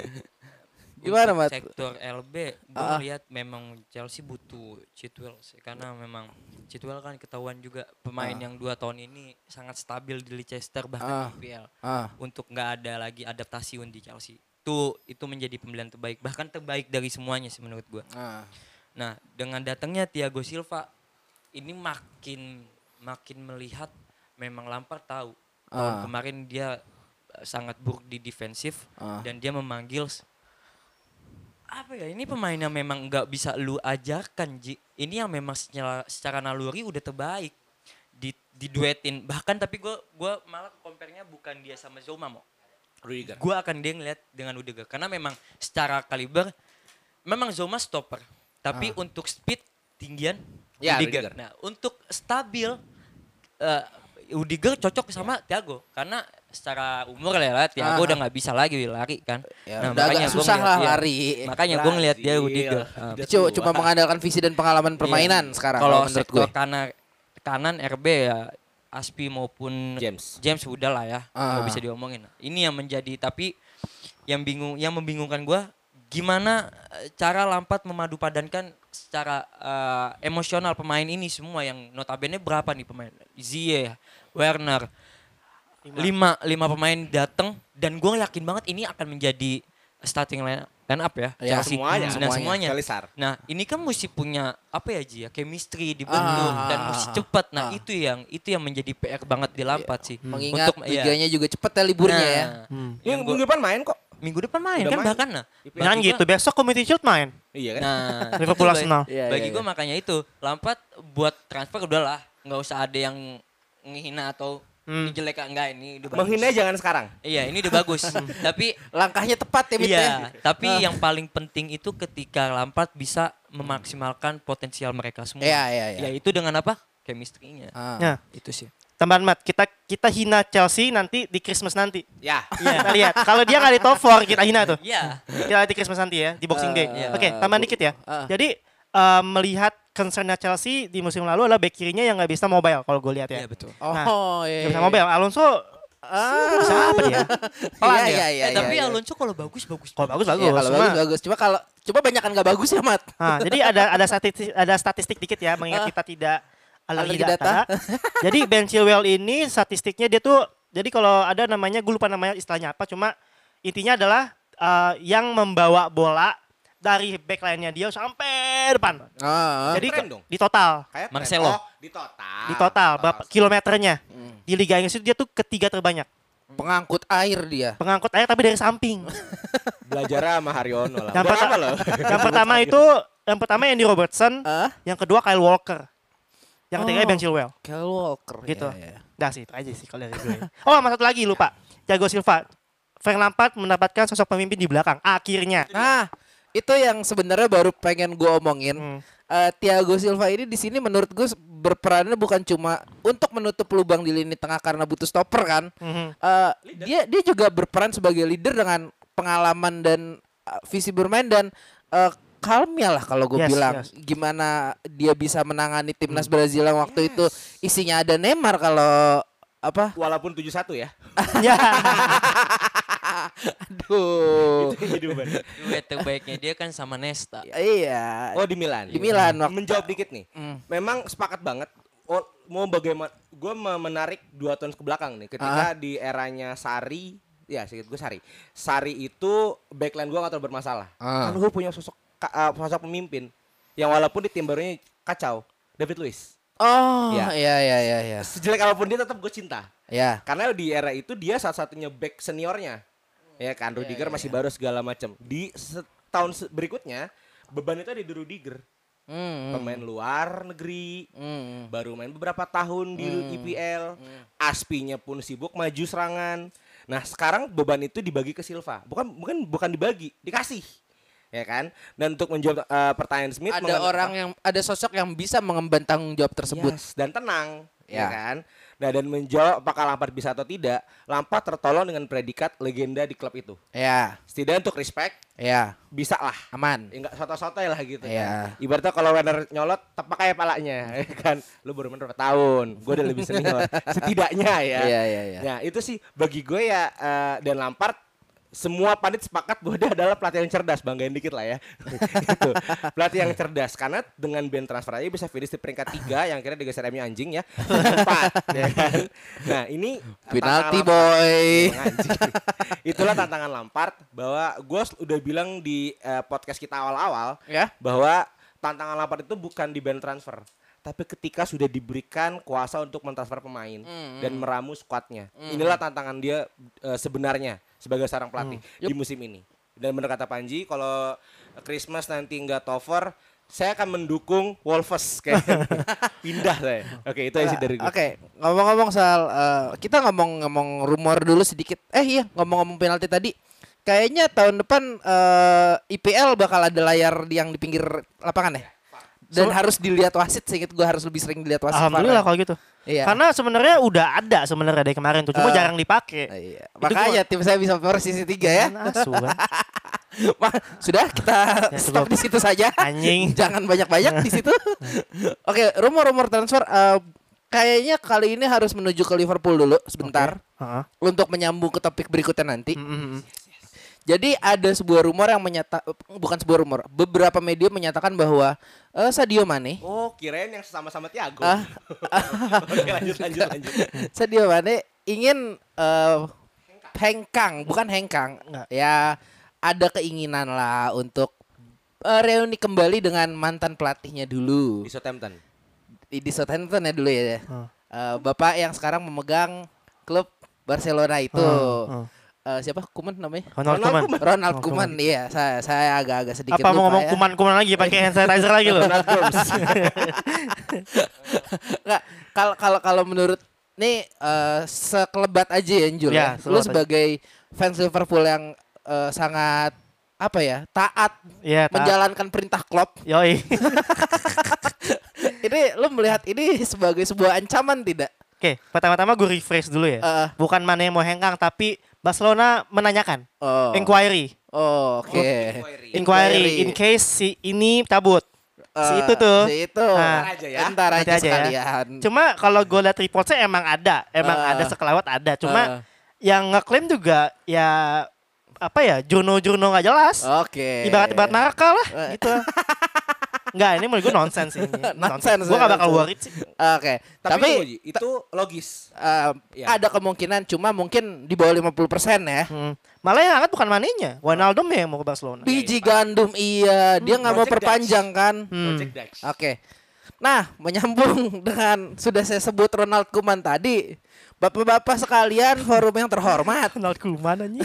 Gimana Untuk Mat? Sektor L B, gue Ah. lihat memang Chelsea butuh Chilwell sih, karena memang Chilwell kan ketahuan juga pemain Ah. yang dua tahun ini sangat stabil di Leicester Ah. bahkan di I P L. Ah. Untuk nggak ada lagi adaptasi di Chelsea. Itu itu menjadi pembelian terbaik, bahkan terbaik dari semuanya sih menurut gue. Ah. Nah, dengan datangnya Thiago Silva ini makin makin melihat memang Lampard tahu tahun Ah. kemarin dia eh, sangat buruk di defensif Ah. dan dia memanggil s- apa ya, ini pemain yang memang nggak bisa lu ajarkan, Ji. Ini yang memang secara, secara naluri udah terbaik di diduetin bahkan, tapi gue gua malah compare-nya bukan dia sama Zoma mo. Rudiger. Gue akan dia ngeliat dengan Rudiger karena memang secara kaliber memang Zoma stopper, tapi untuk speed tinggian Ya, Rudiger. Rudiger. Nah, untuk stabil eh Rudiger cocok sama Thiago karena secara umur lah ya, Thiago Ah. udah nggak bisa lagi lari kan. Ya, udah agak gua susah ngeliat lah dia. lari. Makanya gue ngeliat dia Brazil. Rudiger. Ah. Udah Cuma, tua. cuma mengandalkan visi dan pengalaman permainan Iya. sekarang Kalau kalau menurut gue. sektor kanan kanan R B ya Aspi maupun James. James udah lah ya, Ah. nggak bisa diomongin. Ini yang menjadi, tapi yang bingung, yang membingungkan gue gimana eh, cara Lampard memadu padankan secara eh, emosional pemain ini semua yang notabene berapa nih pemain? Ziyech, Werner, lima lima pemain datang dan gue yakin banget ini akan menjadi starting line, line up ya, Ya, Chelsea. semuanya. Nah, Semuanya. semuanya. Kalisar. Nah, ini kan mesti punya apa ya Ji ya, chemistry dibentuk Ah, dan ah, mesti ah, cepat. Nah, ah. itu yang itu yang menjadi P R banget di Lampard sih. Mengingat Untuk- iya. liganya juga cepet ya liburnya Nah, ya. Ini yang minggu gua- depan main kok. minggu depan main Udah kan main. bahkan nah. Jangan Bagi gitu, gua- besok Community Shield main. Iya kan? Nah, Liverpool itu Arsenal. bagi- Iya, bagi iya, gue iya. makanya itu Lampard buat transfer udahlah, nggak usah ada yang ngehina atau Hmm. ini jelek enggak, ini udah bagus. Menghina jangan sekarang. Iya, ini udah bagus. Tapi Langkahnya tepat ya Mit ya. iya, tapi Ah. yang paling penting itu ketika Lampard bisa memaksimalkan potensial mereka semua. Iya, iya, iya. Yaitu dengan apa? Chemistry-nya. Ah. Nah, Itu sih. tambahan Mat, kita kita hina Chelsea nanti di Christmas nanti. Ya. Iya, kita lihat. Kalau dia nggak di top empat, kita hina tuh. Iya. Kita lihat di Christmas nanti ya, di Boxing Day. Ah, Oke, tambahan dikit ya. ah. Jadi eh, melihat concernnya Chelsea di musim lalu adalah back kirinya yang nggak bisa mobile kalau gue lihat ya. Iya, betul. Oh, iya. Nggak bisa iya. mobile. Alonso Ah. bisa apa dia? Pelan Iya, ya? iya, iya. eh, tapi iya. Alonso kalau bagus bagus. Kalau bagus Iya, bagus. kalau Cuma- bagus bagus. Cuma kalau coba banyak kan nggak bagus ya, Mat. Nah, jadi ada ada statistik ada statistik dikit ya, mengingat Ah. kita tidak alergi Alergi data. data. Jadi Ben Chilwell ini statistiknya dia tuh, jadi kalau ada namanya, gue lupa namanya istilahnya apa, cuma intinya adalah eh, yang membawa bola dari backline-nya dia sampai depan. Ah. Jadi Keren ke- dong. di total, Kayak Marcelo. Oh, di total. di total berapa kilometernya Hmm. di Liga Inggris itu dia tuh ketiga terbanyak. Pengangkut air dia. Pengangkut air tapi dari samping. Belajar sama Haryono lah. Yang, Udah perta- lama loh. yang pertama itu, yang pertama Andy Robertson, Ah? yang kedua Kyle Walker, yang ketiga Oh. Ben Chilwell. Kyle Walker. Gitu. Iya, iya. Dah sih itu aja sih kalau dari gue. Oh, sama satu lagi lupa. Thiago Silva. Frank Lampard mendapatkan sosok pemimpin di belakang. Akhirnya. Nah, itu yang sebenarnya baru pengen gue omongin. Hmm. Eh, Thiago Silva ini di sini menurut gue berperannya bukan cuma untuk menutup lubang di lini tengah karena butuh stopper kan. Mhm. Eh, dia dia juga berperan sebagai leader dengan pengalaman dan eh, visi bermain dan eh, kalmnya lah kalau gue Yes, bilang. yes. Gimana dia bisa menangani timnas Brazil yang waktu itu isinya ada Neymar kalau apa? Walaupun tujuh satu ya. Ya. Aduh. Itu yang jadi beban. Duet terbaiknya dia kan sama Nesta. Iya. Oh di Milan. Di Milan waktu- Menjawab dikit nih. Hmm. Memang sepakat banget. Oh, mau bagaimana? Gue menarik dua tahun ke belakang nih. Ketika di eranya Sarri, ya sedikit gue Sarri. Sarri itu backline gue gak terlalu bermasalah. Ah. Kan gue punya sosok ka- uh, sosok pemimpin yang walaupun di tim barunya kacau. David Luiz. Oh, Ya. iya iya iya iya. Sejelek apapun dia tetap gue cinta. Ya. Karena di era itu dia satu-satunya back seniornya. Ya kan Rudiger masih baru segala macam. Di setahun se- berikutnya beban itu ada di Rudiger. Hmm. Pemain luar negeri, Hmm. baru main beberapa tahun di I P L, Aspinya pun sibuk maju serangan. Nah sekarang beban itu dibagi ke Silva, bukan bukan bukan dibagi, dikasih, ya kan? Dan untuk menjawab uh, pertanyaan Smith, Ada mengenai- orang yang ada sosok yang bisa mengemban tanggung jawab tersebut. Yes, dan tenang, ya. Ya. kan? Nah dan menjawab apakah Lampard bisa atau tidak, Lampard tertolong dengan predikat legenda di klub itu. Ya, Setidaknya untuk respect, ya, bisa lah. aman. Ya, enggak soto-soto lah gitu Iya. kan. Ibaratnya kalau Werner nyolot tepak kayak palanya ya kan. Lu baru main berapa tahun, gue udah lebih senior. Setidaknya ya. Iya, iya, iya. Nah, itu sih bagi gue ya eh, dan Lampard semua pandit sepakat bahwa dia adalah pelatih yang cerdas, banggain dikit lah ya. Itu pelatih yang cerdas karena dengan band transfer aja bisa finish di peringkat tiga yang kira digeser M U anjing ya. Empat ya kan. Nah, ini Penalti, tantangan Lampard. boy. Emang anjing. Itulah tantangan Lampard bahwa gue udah bilang di eh, podcast kita awal-awal Ya. bahwa tantangan Lampard itu bukan di band transfer, tapi ketika sudah diberikan kuasa untuk mentransfer pemain Hmm, dan meramu skuadnya. Inilah tantangan dia eh, sebenarnya sebagai seorang pelatih Hmm. di musim ini. Dan benar kata Panji, kalau Christmas nanti nggak over, saya akan mendukung Wolves kayak pindah saya. Oke, itu aja sih dari gue. Oke, ngomong-ngomong soal eh, kita ngomong-ngomong rumor dulu sedikit. Eh iya, ngomong-ngomong penalti tadi. Kayaknya tahun depan eh, I P L bakal ada layar yang di pinggir lapangan ya. Dan So- harus dilihat wasit sih, gue harus lebih sering dilihat wasit. Alhamdulillah V A R. kalau gitu. Iya. Karena sebenarnya udah ada sebenarnya dari kemarin tuh, cuma Eh, jarang dipakai. Eh, iya. Itu Makanya tim saya bisa posisi tiga ya. Asu kan. Wah, sudah kita Ya, stop cukup. di situ saja. Anjing. Jangan banyak-banyak di situ. Oke, rumor-rumor transfer eh, kayaknya kali ini harus menuju ke Liverpool dulu sebentar Heeh. untuk menyambung ke topik berikutnya nanti. Mm-mm. Jadi ada sebuah rumor yang menyata bukan sebuah rumor, beberapa media menyatakan bahwa eh, Sadio Mane, Oh, kirain yang sama-sama Thiago. Ah. Oke, lanjut lanjut lanjut. Sadio Mane ingin eh, hengkang, bukan hengkang, Enggak. ya ada keinginan lah untuk eh, reuni kembali dengan mantan pelatihnya dulu Di Southampton. di, di Southampton ya dulu ya. Hmm. Eh, Bapak yang sekarang memegang klub Barcelona itu. Hmm, hmm. Eh, siapa? Kuman namanya? Ronald Ronald Koeman. Ronald Oh, Koeman, iya. Saya saya agak-agak sedikit Apa lupa mau ngomong ya. kuman-kuman lagi pakai hand sanitizer lagi loh? Nggak, kalau kalau kalau menurut nih eh, sekelebat aja ya Jul. Ya, Ya, lu sekelebat aja. sebagai fans Liverpool yang eh, sangat apa ya taat Iya, tak. menjalankan perintah Klopp. Yoi. Ini lu melihat ini sebagai sebuah ancaman tidak? Oke, pertama-tama gue refresh dulu ya. Eh. Bukan mana yang mau hengkang, tapi Barcelona menanyakan. Oh. Inquiry. Oh, Oke. Inquiry. In case si ini cabut. Si Eh, itu tuh. Si itu. Nah, Ntar aja ya. Ntar Nanti aja aja ya. sekalian. Cuma kalau gue liat reportnya emang ada. Emang Eh. ada sekelewat ada. Cuma Eh. yang ngeklaim juga ya apa ya, Juno-Juno gak jelas. Oke. Ibarat-ibarat Maraka lah Eh. gitu. Enggak, ini menurut gue nonsense ini. Nonsense, Gue gak bakal nonsense. worried sih. Oke. Tapi, Tapi, tunggu, Ji, itu logis. eh, Iya. ada kemungkinan cuma mungkin di bawah lima puluh persen ya. Hmm. Malah yang angkat bukan Manenya, Wijnaldum ya yang mau ke Barcelona. Biji gandum iya, dia nggak mau Project perpanjang kan. Hmm. Project Dax. Oke. Nah, menyambung dengan sudah saya sebut Ronald Koeman tadi, bapak-bapak sekalian forum yang terhormat, Ronald Koeman anjing.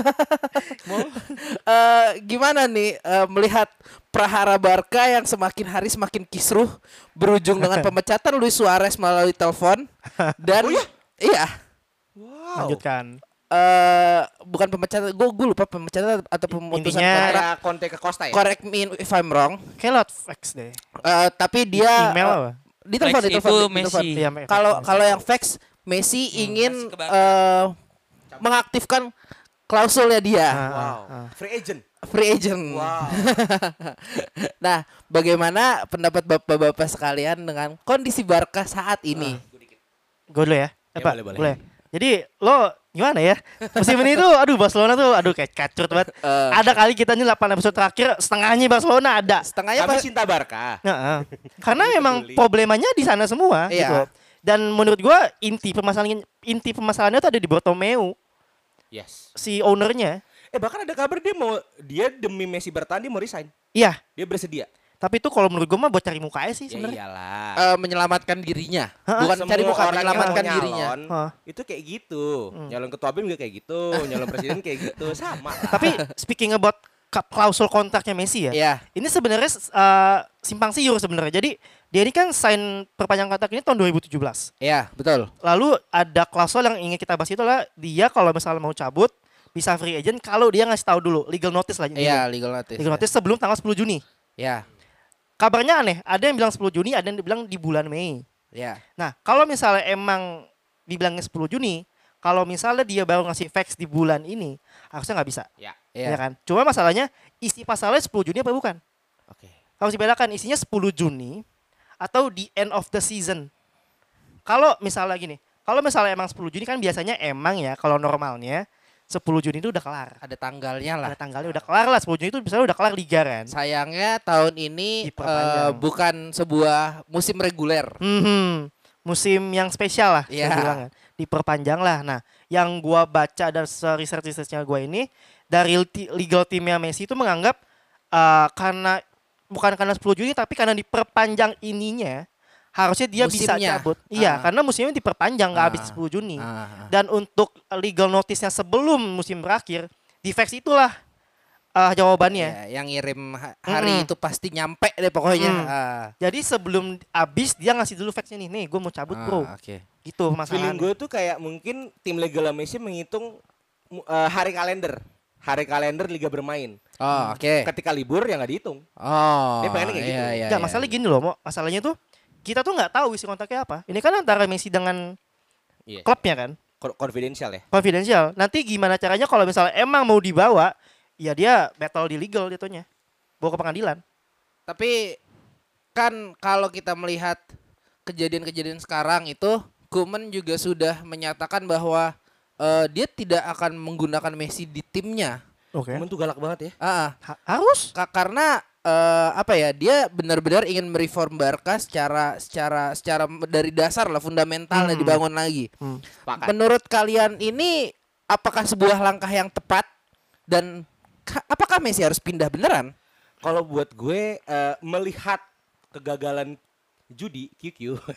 eh, gimana nih eh, melihat prahara Barca yang semakin hari semakin kisruh berujung dengan pemecatan Luis Suarez melalui telepon dan iya Lanjutkan. eh bukan pemecatan, gue gue lupa pemecatan atau pemutusan Intinya- kontrak. Kayak Conte ke Costa ya? Correct me if I'm wrong. Kayak lewat fax deh. Eh, tapi dia Email eh, apa? di telepon, Fax di telepon, itu di telepon. Messi. Iya, Kalau fax. kalau yang fax Messi ingin Messi ke Barca. eh, mengaktifkan klausulnya dia Ah, Wow. ah, ah. Free agent. free agent. Wow. Nah, bagaimana pendapat bapak-bapak sekalian dengan kondisi Barca saat ini? Gue dulu ya. Ya, Apa? boleh, boleh. Boleh. Jadi lo gimana ya? Musim ini tuh aduh Barcelona tuh aduh kayak kacur banget. Eh. Ada kali kita nih delapan episode terakhir setengahnya Barcelona ada. Setengahnya Kami pas cinta Barca. Nah, karena memang problemanya di sana semua Iya. gitu. Dan menurut gua inti permasalahan inti permasalahannya tuh ada di Bartomeu, Yes. si ownernya. Eh bahkan ada kabar dia mau dia demi Messi bertahan dia mau resign. Iya, Dia bersedia. tapi itu kalau menurut gua mah buat cari muka aja sih Ya sebenarnya. iyalah. eh, menyelamatkan dirinya, bukan Semua cari muka, orang yang menyelamatkan mau dirinya. nyalon, Hah. itu kayak gitu. Nyalon ketua B I M juga kayak gitu, nyalon presiden kayak gitu, sama lah. Tapi speaking about ka- klausul kontraknya Messi ya. Iya. Ini sebenarnya eh, simpang siur sebenarnya. Jadi dia ini kan sign perpanjang kontrak ini tahun dua ribu tujuh belas. Iya, betul. Lalu ada klausul yang ingin kita bahas itu adalah dia kalau misalnya mau cabut bisa free agent kalau dia ngasih tahu dulu legal notice lah. Iya, legal notice. Legal notice sebelum tanggal sepuluh Juni. Ya, Kabarnya aneh, ada yang bilang sepuluh Juni, ada yang bilang di bulan Mei. ya. Nah, kalau misalnya emang dibilangnya sepuluh Juni, kalau misalnya dia baru ngasih fax di bulan ini, harusnya nggak bisa. Ya, Ya Ya. kan? Cuma masalahnya isi pasalnya sepuluh Juni apa bukan? oke. Harus dibedakan isinya sepuluh Juni atau di end of the season. Kalau misalnya gini, kalau misalnya emang sepuluh Juni kan biasanya emang ya kalau normalnya sepuluh Juni itu udah kelar. Ada tanggalnya lah. Ada tanggalnya udah kelar lah, sepuluh Juni itu misalnya udah kelar liga kan. Sayangnya tahun ini Diperpanjang. eh, bukan sebuah musim reguler. Hmm, musim yang spesial lah, Iya. saya bilang kan. Diperpanjang lah. Nah, yang gua baca dan research researchnya gua ini dari ti- legal timnya Messi itu menganggap eh, karena bukan karena sepuluh Juni tapi karena diperpanjang ininya harusnya dia bisa Musimnya. cabut. Iya, Ah. karena musimnya diperpanjang nggak habis Ah. sepuluh Juni. Ah, ah. Dan untuk legal notice-nya sebelum musim berakhir, di fax itulah eh, jawabannya. Ya, yang ngirim ha- hari Mm-mm. itu pasti nyampe deh pokoknya. Hmm. Ah. Jadi sebelum habis dia ngasih dulu faxnya nih, nih gue mau cabut Ah, bro. Oke. Gitu Feeling masalahnya. gue tuh kayak mungkin tim legal Messi menghitung mu- eh, hari kalender. Hari kalender liga bermain. Oh, oke. Ketika libur ya nggak dihitung. Oh. Dia pengennya kayak iya, gitu. iya, Enggak, iya. masalahnya gini loh, Mo. Masalahnya tuh kita tuh nggak tahu isi kontraknya apa. Ini kan antara Messi dengan Iya. klubnya kan, Ko- Confidential ya. confidential. Nanti gimana caranya kalau misalnya emang mau dibawa, ya dia battle di legal jatuhnya. Bawa ke pengadilan. Tapi kan kalau kita melihat kejadian-kejadian sekarang itu, Koeman juga sudah menyatakan bahwa eh, dia tidak akan menggunakan Messi di timnya. Oke. Temen tuh galak banget ya. Ah, ah. Ha- harus. Ka- karena eh, apa ya, dia benar-benar ingin mereform Barca secara secara secara dari dasar lah, fundamentalnya Hmm. dibangun lagi. Hmm. Sepakat. Menurut kalian ini apakah sebuah langkah yang tepat dan ka- apakah Messi harus pindah beneran? Kalau buat gue eh, melihat kegagalan judi Q Q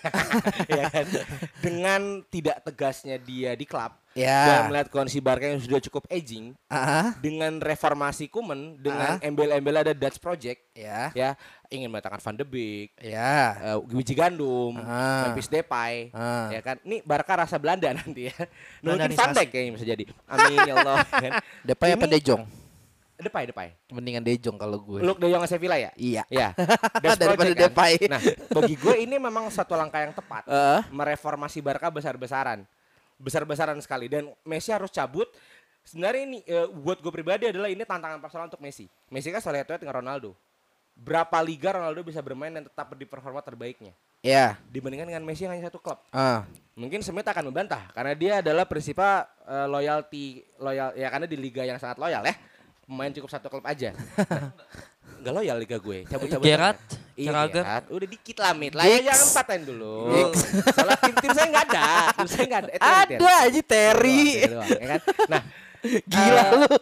ya kan, dengan tidak tegasnya dia di klub dan Ya. melihat kondisi Barca yang sudah cukup aging, Ah, dengan reformasi Koeman dengan Ah. embel-embel ada Dutch Project ya. ya, ingin mendatangkan Van de Beek, Ya. eh, biji gandum, Ah. Memphis Depay, Ah. ya kan. Nih Barca rasa Belanda nanti ya. Mungkin Belandanisasi. Van Dijk kayaknya bisa jadi. Amin ya Allah. kan. Depay apa Ini- De Jong? Depay, Depay. Mendingan De Jong kalau gue. Look De Jong Sevilla ya? Iya. Iya. Dutch Daripada Project kan? Depay. Nah, bagi gue ini memang satu langkah yang tepat. Eh, Mereformasi Barca besar-besaran. Besar-besaran sekali dan Messi harus cabut. Sebenarnya ini eh, buat gue pribadi adalah ini tantangan personal untuk Messi. Messi kan selalu head-to-head dengan Ronaldo. Berapa liga Ronaldo bisa bermain dan tetap di performa terbaiknya ya. dibandingkan dengan Messi yang hanya satu klub. Ah. Mungkin Smith akan membantah karena dia adalah prinsipnya eh, loyalty loyal ya, karena di liga yang sangat loyal ya. Pemain cukup satu klub aja. Nah, enggak loyal liga gue. Cabut-cabut. Gerrard, Iya, Carragher. Gerrard. Udah dikit lah mit. Lah ya Giggs. jangan paten dulu. Giggs. Soalnya tim-tim saya enggak ada. Tim saya enggak ada. Eh, Terry, Terry. Ada aja Terry. Terry doang, ya kan? Nah, Gila eh, lu.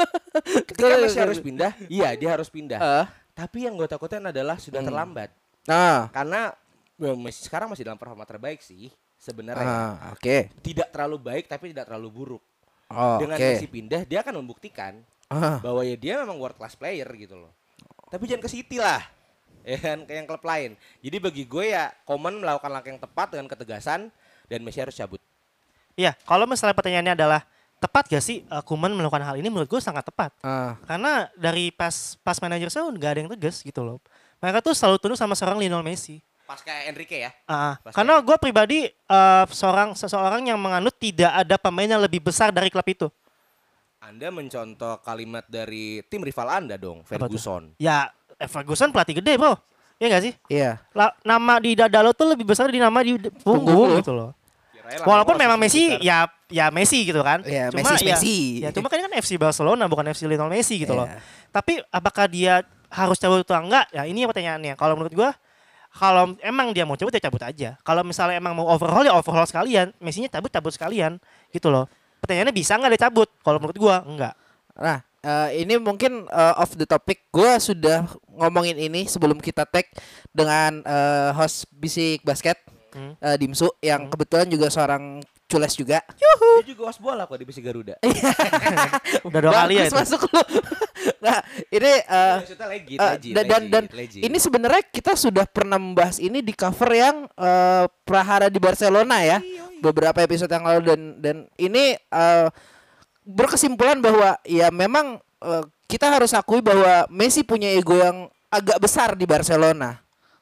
ketika Messi harus pindah, iya dia harus pindah. Ah. Tapi yang gue takutin adalah sudah Hmm. terlambat. Nah. Karena ya, Messi sekarang masih dalam performa terbaik sih sebenarnya. Ah, oke. Tidak terlalu baik tapi tidak terlalu buruk. Oh, Dengan oke. Messi pindah, dia akan membuktikan Ah. bahwa ya dia memang world class player gitu loh. Tapi jangan ke City lah. Ya kan, kayak yang klub lain. Jadi bagi gue ya Koeman melakukan langkah yang tepat dengan ketegasan dan Messi harus cabut. Iya, kalau misalnya pertanyaannya adalah tepat gak sih uh, Koeman melakukan hal ini, menurut gue sangat tepat. Ah. Karena dari pas pas manajer saya nggak ada yang tegas gitu loh. Mereka tuh selalu tunduk sama seorang Lionel Messi. Pas kayak Enrique ya. Ah, Pas karena gue pribadi uh, seorang seseorang yang menganut tidak ada pemain yang lebih besar dari klub itu. Anda mencontoh kalimat dari tim rival Anda dong, Ferguson. Ya eh, Ferguson pelatih gede bro, iya nggak sih? Iya. La- nama di dada lo tuh lebih besar di nama di d- Punggung punggung lo. gitu loh. Rela, Walaupun lolos memang di Messi besar. ya ya Messi gitu kan. Ya, Cuma Messi is ya, Messi. ya cuma kan ini kan F C Barcelona bukan F C Lionel Messi gitu loh. Iya. Tapi apakah dia harus cabut atau enggak? Ya ini pertanyaannya. Kalau menurut gua kalau emang dia mau cabut ya cabut aja. Kalau misalnya emang mau overhaul ya overhaul sekalian. Messinya cabut cabut sekalian gitu loh. Pertanyaannya bisa nggak dia cabut? Kalau menurut gua enggak. Nah, eh, ini mungkin eh, off the topic. Gue sudah ngomongin ini sebelum kita tag dengan eh, host Bisik Basket, Hmm. eh, Dimsu, yang kebetulan juga seorang cules juga. Dia juga was bola kok di Besi Garuda. Udah dua kali ya Bagus itu. masuk lu. Nah, ini eh, Maksudnya legit, eh, legit, dan dan, legit, dan legit. ini sebenarnya kita sudah pernah membahas ini di cover yang eh, Prahara di Barcelona ya, beberapa episode yang lalu, dan dan ini eh, berkesimpulan bahwa ya memang eh, kita harus akui bahwa Messi punya ego yang agak besar di Barcelona.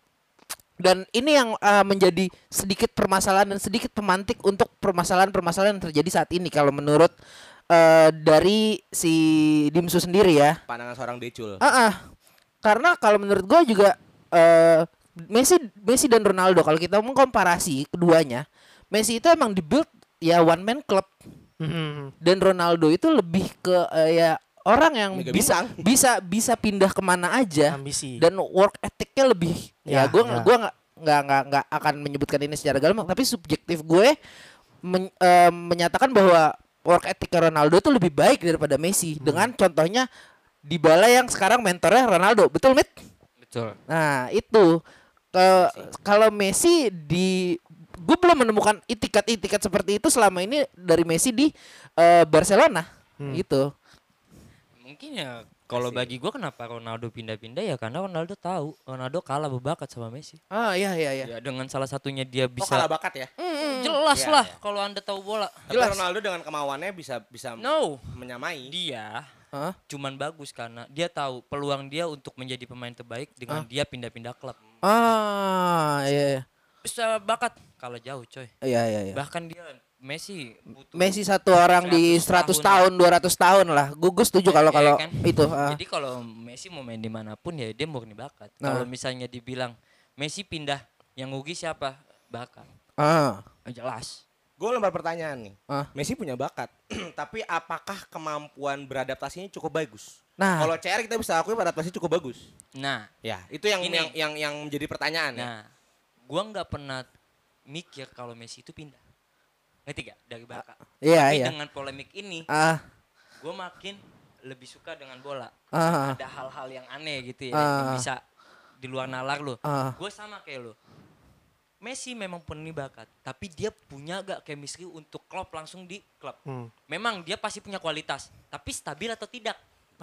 Dan ini yang eh, menjadi sedikit permasalahan dan sedikit pemantik untuk permasalahan-permasalahan yang terjadi saat ini kalau menurut eh, dari si Dimsu sendiri ya. Pandangan seorang decul. Ah, ah. Karena kalau menurut gue juga eh, Messi Messi dan Ronaldo, kalau kita mengkomparasi keduanya, Messi itu emang dibuild ya one man club, Hmm. dan Ronaldo itu lebih ke eh, ya orang yang Mega bisa bintang. bisa bisa pindah kemana aja, Ambisi. dan work ethicnya lebih ya, Ya, gue ya. gue nggak nggak nggak nggak akan menyebutkan ini secara gamblang, tapi subjektif gue men- eh, menyatakan bahwa work ethic Ronaldo itu lebih baik daripada Messi, dengan contohnya Dybala yang sekarang mentornya Ronaldo, betul Mit? Betul. Nah itu ke- kalau Messi di gue belum menemukan itikat-itikat seperti itu selama ini dari Messi di eh, Barcelona gitu. Mungkin ya kalau bagi gua kenapa Ronaldo pindah-pindah ya karena Ronaldo tahu Ronaldo kalah berbakat sama Messi. Ah iya iya iya. Ya dengan salah satunya dia Oh, bisa kalah bakat ya. jelas Iya, lah iya. kalau Anda tahu bola. Tapi Ronaldo dengan kemauannya bisa bisa No, menyamai. dia Hah? cuman bagus karena dia tahu peluang dia untuk menjadi pemain terbaik dengan dia pindah-pindah klub. Ah iya iya. Bisa bakat kalah jauh coy. Iya iya iya. Bahkan dia Messi butuh Messi satu orang di seratus seratus tahun, dua ratus tahun lah. Gugus setuju kalau Iya kalau kan? itu. ah. Jadi kalau Messi mau main dimanapun ya dia murni bakat. Nah. Kalau misalnya dibilang Messi pindah, yang rugi siapa? Bakat. Ah. Jelas. Gue lempar pertanyaan nih. Ah. Messi punya bakat, tapi apakah kemampuan beradaptasinya cukup bagus? Nah. Kalau C R kita bisa akui beradaptasi cukup bagus. Nah, Ya, itu yang Ini. yang yang yang menjadi pertanyaan ya. nah, gua nggak pernah mikir kalau Messi itu pindah. Ngerti gak? Dari Barca. Iya Tapi iya. dengan polemik ini, Ah. gua makin lebih suka dengan bola. Ah. Ada hal-hal yang aneh gitu ya, Ah. yang bisa di luar nalar lo. Ah. Gue sama kayak lo. Messi memang penuh bakat, tapi dia punya gak chemistry untuk klub langsung di klub. Hmm. Memang dia pasti punya kualitas, tapi stabil atau tidak?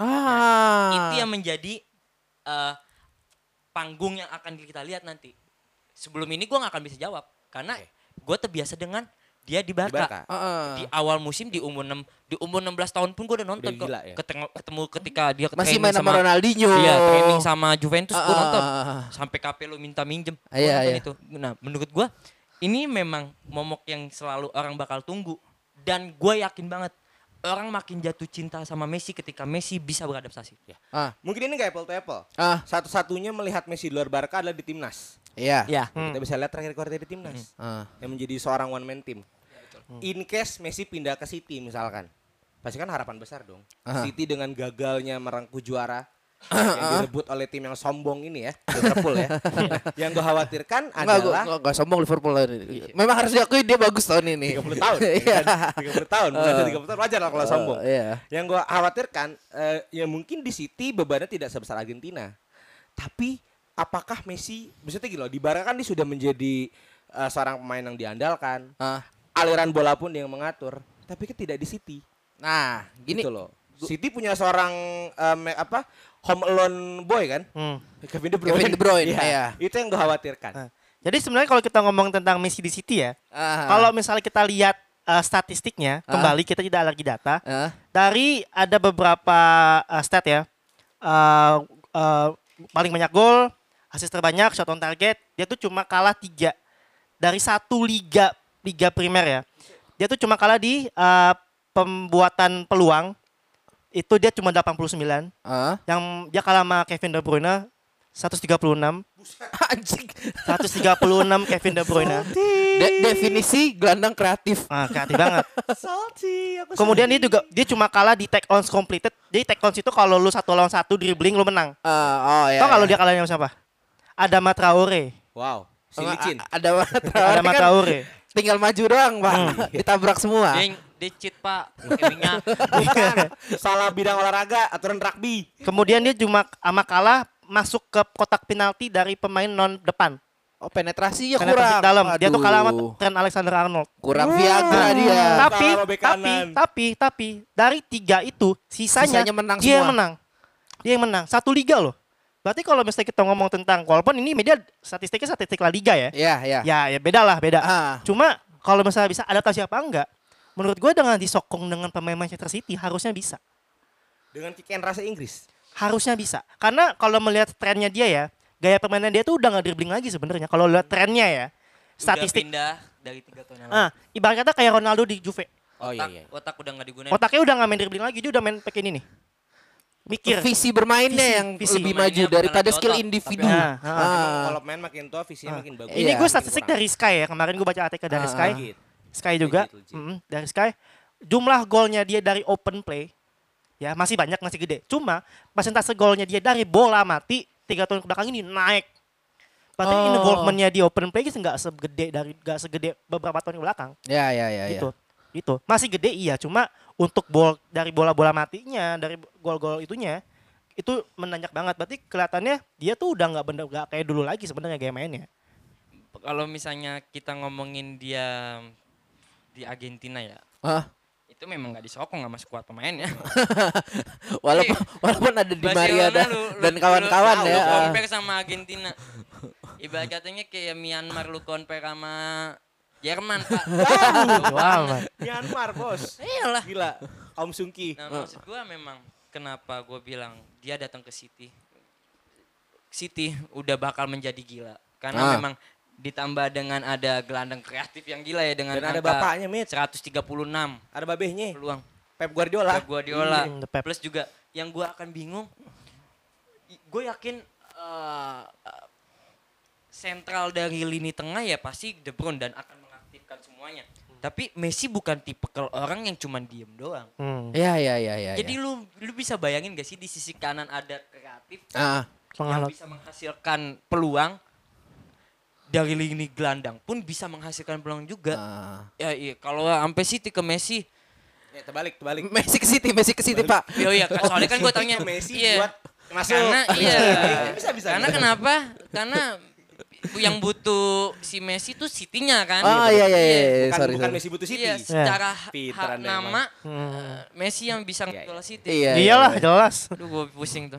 Ah. Itu yang menjadi eh, panggung yang akan kita lihat nanti. Sebelum ini gue gak akan bisa jawab, karena gue terbiasa dengan dia di Di Barca. Barca. Ah, ah. Di awal musim di umur enam di umur enam belas tahun pun gue udah nonton Udah kok. gila ya? Ketemu, ketemu ketika dia Masih training main sama Ronaldinho. Iya, training sama Juventus gue Ah, nonton. ah, ah, ah. Sampai Capello minta minjem. Gua Iya, nonton iya. itu. Nah, menurut gue ini memang momok yang selalu orang bakal tunggu, dan gue yakin banget orang makin jatuh cinta sama Messi ketika Messi bisa beradaptasi. Ya. Ah. Mungkin ini nggak apple to apple. Ah. Satu-satunya melihat Messi di luar Barca adalah di timnas. Iya. Ya. Kita bisa lihat terakhir kali di timnas. Ah. Yang menjadi seorang one man team. In case Messi pindah ke City misalkan, pasti kan harapan besar dong. Aha. City dengan gagalnya merengkuh juara yang direbut oleh tim yang sombong ini ya, Liverpool ya. Nah, yang gue khawatirkan Enggak, gua, adalah gua, gua sombong Liverpool ini. Memang harus diakui dia bagus tahun ini. tiga puluh tahun. Iya. kan? tiga puluh tahun, bukan tiga puluh tahun wajar lah kalau sombong. Iya. Yang gue khawatirkan eh, ya mungkin di City bebannya tidak sebesar Argentina. Tapi apakah Messi, maksudnya gini loh, di Barca kan dia sudah menjadi eh, seorang pemain yang diandalkan. Ah. Aliran bola pun dia yang mengatur, tapi kan tidak di City. Nah, gini. Gitu loh. City punya seorang em, apa? Home alone boy kan? Hmm. Kevin De Bruyne. Kevin De Bruyne, Iya. iya. Itu yang gue khawatirkan. Nah, jadi sebenarnya kalau kita ngomong tentang Messi di City ya, Ah. kalau misalnya kita lihat eh, statistiknya, Ah. kembali kita tidak lagi data, Ah. dari ada beberapa eh, stat ya, eh, eh, paling banyak gol, assist terbanyak, shot on target, dia tuh cuma kalah tiga dari satu liga liga primer ya. Dia tuh cuma kalah di eh, pembuatan peluang, itu dia cuma delapan puluh sembilan. Ah. Yang dia kalah sama Kevin De Bruyne seratus tiga puluh enam, Anjing. seratus tiga puluh enam Kevin De Bruyne. De- definisi gelandang kreatif. Ah, kreatif banget. Salty, aku Kemudian dia juga dia cuma kalah di take ons completed. Jadi take ons itu kalau lu satu lawan satu dribbling lu menang. Eh, oh ya. Tau kalau ya. dia kalahnya sama siapa? Adama Traore. Wow, si Oh, licin. a- Ada Adama Traore. Tinggal maju doang, Pak. Hmm. Ditabrak semua. Dia dia cheat Pak, gamingnya. Bukan. Salah bidang olahraga, aturan rugby. Kemudian dia cuma sama kalah masuk ke kotak penalti dari pemain non depan. Oh, penetrasinya Penetrasi kurang. dalam. Dia tuh kalah sama Aduh. Trent Alexander-Arnold. Kurang Viagra dia. Tapi, kalah sama bek tapi, kanan. tapi, tapi dari tiga itu sisanya, Sisanya menang dia yang semua. menang. Dia yang menang. Satu liga loh. Berarti kalau misalnya kita ngomong tentang, walaupun ini media statistiknya statistik La Liga ya. Iya, iya. Ya, ya beda lah, beda. Ah. Cuma kalau misalnya bisa adaptasi apa enggak, menurut gue dengan disokong dengan pemain Manchester City harusnya bisa. Dengan kick and rasa Inggris. Harusnya bisa. Karena kalau melihat trennya dia ya, gaya permainan dia tuh udah nggak dribbling lagi sebenarnya. Kalau lihat trennya ya, statistik. Udah pindah dari tiga tahun yang lalu. Ah, ibarat kata kayak Ronaldo di Juve. Oh iya Otak, iya. otak udah nggak digunain. Otaknya udah nggak main dribbling lagi, dia udah main pakai ini nih. Mikir. Visi bermainnya Visi, yang visi lebih bermainnya maju bukan daripada lagi skill otot, individu. tapi- Ah. Ah, Emang kalau main makin tua visinya makin bagus. Ini Iya. gue statistik dari Sky ya. Kemarin gue baca artikel dari Ah. Sky. Legit. Sky juga. Legit, legit. Mm, dari Sky. Jumlah golnya dia dari open play ya masih banyak, masih gede. Cuma persentase golnya dia dari bola mati tiga tahun kebelakang ini naik. Berarti Oh. involvementnya di open play nggak segede dari nggak segede beberapa tahun ke belakang. Ya, ya, ya, ya. Gitu. Itu masih gede iya. Cuma untuk bol dari bola-bola matinya, dari gol-gol itunya itu menanjak banget. Berarti kelihatannya dia tuh udah nggak bener nggak kayak dulu lagi sebenarnya gaya mainnya. Kalau misalnya kita ngomongin dia di Argentina ya, Hah? itu memang nggak disokong sama skuad pemainnya. Walaupun walaupun ada di Maria Barcelona dan, lu- dan lu- kawan-kawan lu- ya. Lu ah. compare sama Argentina. Ibarat katanya kayak Myanmar lu compare sama Jerman, Pak. Wow, man. Myanmar, Bos. Iyalah. Gila. Om Sungki. Nah, maksud gua memang kenapa gua bilang dia datang ke City. City udah bakal menjadi gila Ah. karena memang ditambah dengan ada gelandang kreatif yang gila ya dengan Dan ada angka bapaknya, Mit. seratus tiga puluh enam Ada babehnya. peluang. Pep Guardiola. Pep Guardiola. Hmm, the Pep. Plus juga yang gua akan bingung, gue yakin eh, eh, sentral dari lini tengah ya pasti De Bruyne dan akan mengaktifkan semuanya. Tapi Messi bukan tipe orang yang cuman diem doang. Hmm. Ya, ya, ya, ya. Jadi ya. lu lu bisa bayangin gak sih di sisi kanan ada kreatif Ah. yang Penghalot. bisa menghasilkan peluang, dari lini gelandang pun bisa menghasilkan peluang juga. ah. Ya iya kalau sampai City ke Messi, Ya, terbalik, terbalik. Messi ke City, Messi ke City, Pak. oh iya kan soalnya kan gue tanya Messi iya. buat masuk. Karena iya. Bisa, bisa. Karena kenapa? Karena yang butuh si Messi tuh City-nya kan. Oh iya, iya, iya. Bukan, Sorry, bukan sorry. Messi butuh City. Iya, secara Pinter hak Anda nama Hmm. eh, Messi yang bisa Iya, ngelola City. Iya, Iyalah, iya. jelas. Aduh gue pusing tuh.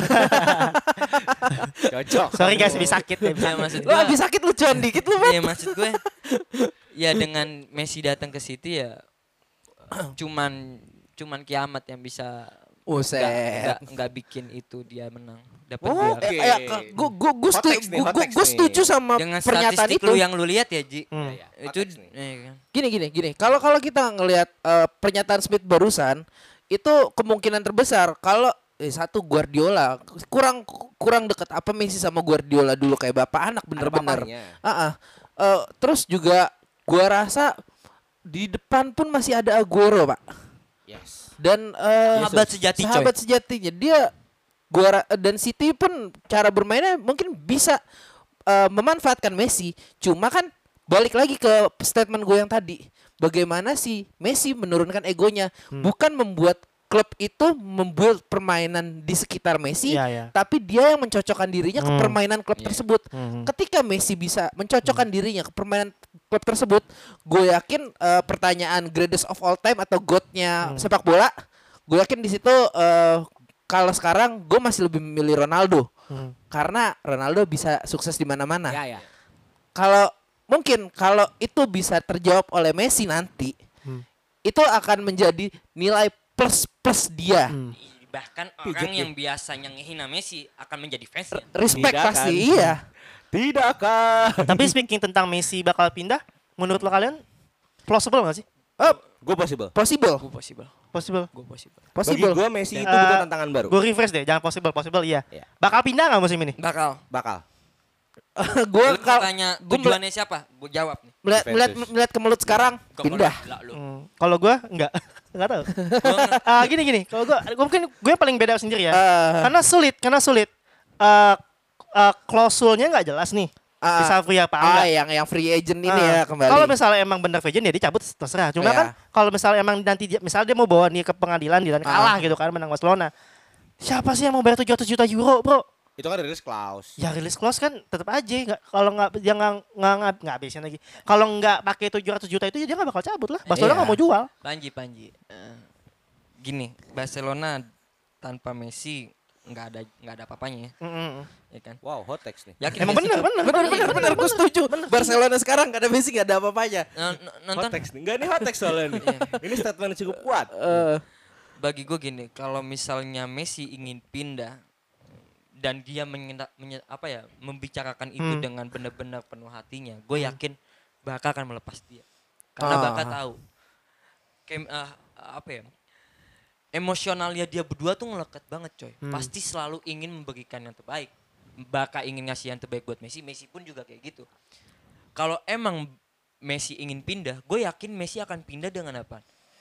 Cocok. Sorry guys, lebih sakit ya. Ya maksud Lu gue. habis sakit lucuan dikit lu, Mat. Iya maksud gue. Ya dengan Messi datang ke City ya cuman cuman kiamat yang bisa Buset. nggak nggak- nggak bikin itu dia menang. Dapat Oh, gelar. Oke. eh, eh, gue gue gue Hot takes nih, hot takes nih. setuju sama Dengan pernyataan statistik itu. lu yang lu lihat ya Ji. Hmm. Iya, Itu konteks nih. eh, kan. Gini gini gini. Kalau kalau kita ngelihat eh, pernyataan Smith barusan itu kemungkinan terbesar kalau eh, satu Guardiola kurang kurang deket apa Messi sama Guardiola dulu kayak bapak anak bener-bener. papahnya. Ah, ah. Eh, terus juga gua rasa di depan pun masih ada Aguero, Pak. Yes. Dan eh, Sahabat sejati, coy. sahabat sejatinya dia gua ra- dan City pun cara bermainnya mungkin bisa eh, memanfaatkan Messi. Cuma kan balik lagi ke statement gue yang tadi. Bagaimana sih Messi menurunkan egonya, bukan membuat klub itu membuat permainan di sekitar Messi, Iya, iya. tapi dia yang mencocokkan dirinya ke Hmm. permainan klub Iya. tersebut. Hmm. Ketika Messi bisa mencocokkan dirinya ke permainan klub tersebut, gue yakin eh, pertanyaan greatest of all time atau godnya Hmm. sepak bola, gue yakin di situ eh, kalau sekarang gue masih lebih memilih Ronaldo Hmm. karena Ronaldo bisa sukses di mana-mana. Ya, ya. Kalau mungkin kalau itu bisa terjawab oleh Messi nanti, Hmm. itu akan menjadi nilai plus plus dia. Hmm. Bahkan Pijat orang dia. yang biasanya ngehina Messi akan menjadi fansnya. Respect Tidak pasti kan? iya. Tidak kan? Tapi speaking tentang Messi bakal pindah, menurut lo kalian plausible gak sih? Oh, Gue possible. possible. Gue possible. Possible. Gue possible. Bagi Possible. gue Messi itu Eh, butuh tantangan baru. Gue refresh deh, jangan possible, possible iya. Iya. Bakal pindah nggak musim ini? Bakal. Bakal. Gue Lu kalau tanya gua tujuannya siapa? Gue jawab nih. melihat melihat Juventus. melihat ke mulut sekarang Gua pindah. kalau- lah, lu. Hmm, kalau gue nggak, nggak tahu. Gua nge- Ah gini gini, kalau gue, gue mungkin gue yang paling beda sendiri ya. Eh, Karena sulit, karena sulit. Eh eh, klausulnya nggak jelas nih. Ah, Bisa free apa ah, enggak? yang yang free agent ini Ah, ya kembali. Kalau misalnya emang benar free agent ya dia cabut terserah. Cuma Iya. kan kalau misalnya emang nanti dia, misalnya dia mau bawa nih ke pengadilan dia dan kalah Ah. gitu kan menang Barcelona. Siapa sih yang mau bayar tujuh ratus juta euro, Bro? Itu kan rilis clause. Ya rilis clause kan tetap aja nggak kalau nggak dia nggak nggak nggak nggak habisin lagi. Kalau nggak pakai tujuh ratus juta itu ya dia nggak bakal cabut lah. Barcelona Iya. nggak mau jual. Panji, Panji. Eh, gini, Barcelona tanpa Messi nggak ada nggak ada apa-apanya ya, Mm-mm. ya kan? Wow, hot text nih. Yakin Emang nggak sih? benar benar benar benar benar gue setuju. Barcelona sekarang gak ada Messi gak ada apa-apanya. N- n- Hot nonton text nih. Enggak nih hot text soalnya nih. Ini statement yang cukup kuat. Eh, bagi gue gini, kalau misalnya Messi ingin pindah dan dia menyenda, menye- apa ya membicarakan itu Hmm. dengan benar-benar penuh hatinya, gue yakin Barca akan melepas dia karena Ah. Barca tahu kem, ah, apa ya emosionalnya dia berdua tuh ngelekat banget coy, pasti selalu ingin memberikan yang terbaik. Barca ingin ngasih yang terbaik buat Messi, Messi pun juga kayak gitu. Kalau emang Messi ingin pindah, gue yakin Messi akan pindah dengan apa?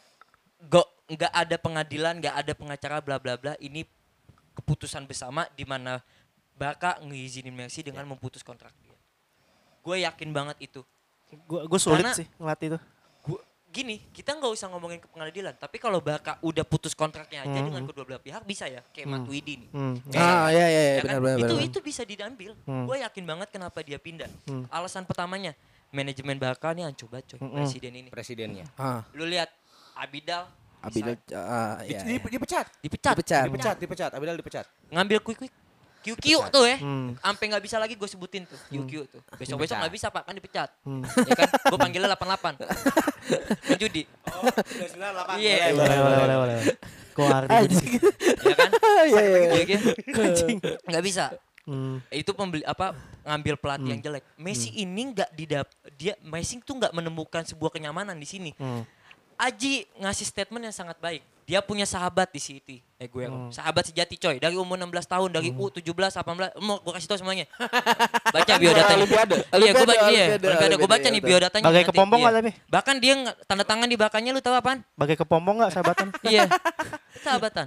Gak nggak ada pengadilan, nggak ada pengacara, bla bla bla. Ini keputusan bersama di mana Barca ngizinin Messi dengan memutus kontrak dia. Gue yakin banget itu. Gue gue sulit Karena- sih ngeliat itu. Gua, gini, kita nggak usah ngomongin ke pengadilan, tapi kalau Barca udah putus kontraknya aja Hmm. dengan kedua belah pihak bisa ya, kayak Matuidi nih. Hmm. ah ya ya ya Ya benar kan? benar. itu benar. itu bisa diambil. Hmm. Gue yakin banget kenapa dia pindah. Hmm. Alasan pertamanya, manajemen Barca nih hancur banget coy, Hmm. presiden ini. Presidennya. Ah, Lu lihat Abidal, Abidal bisa ah, Di- ya, di- ya. Dipecat. dipecat, Dipecat. Dipecat, dipecat. Abidal dipecat. ngambil quick quick. Q Q tuh ya, Hmm. sampai nggak bisa lagi gue sebutin tuh Q Q tuh. Besok besok Dipecat. nggak bisa pak, kan dipecat. Hmm. Ya kan, gue panggilnya delapan delapan. Main judi, Oh, sembilan delapan. Iya. Boleh boleh boleh boleh. Kok arti gitu. ya kan? Iya, iya, iya. Iya kan? Nggak bisa. Hmm. Itu pembeli apa ngambil pelatih yang jelek. Messi ini nggak didap dia Messi tuh nggak menemukan sebuah kenyamanan di sini. Hmm. Aji ngasih statement yang sangat baik. Dia punya sahabat di City. Eh gue Hmm. sahabat sejati coy. Dari umur enam belas tahun, dari U tujuh belas, delapan belas. Mau gue kasih tau semuanya. Baca biodatanya. Olimpiade. Iya, gue baca iya. Olimpiade, Olimpiade. Gue baca Olimpiade, nih betul. biodatanya. Bagai nanti. kepompong Iya. nggak tapi? Bahkan dia nggak- tanda tangan di belakangnya lu tahu apaan? Bagai kepompong nggak sahabatan? Iya. Sahabatan.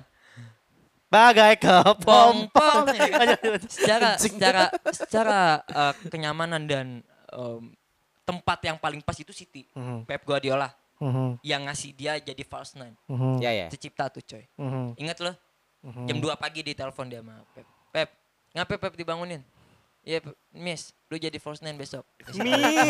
Bagai Pong kepompong. pong. ya kan? secara secara secara uh, kenyamanan dan um, tempat yang paling pas itu City. Mhm. Pep Guardiola Mhm. yang ngasih dia jadi false nine. Mhm. Ya ya. Tercipta tuh coy. Mhm. Ingat loh, Mhm. jam dua pagi di telepon dia sama Pep. Pep, ngapa Pep dibangunin? Iya, Pep. Miss, lu jadi false nine besok. Miss.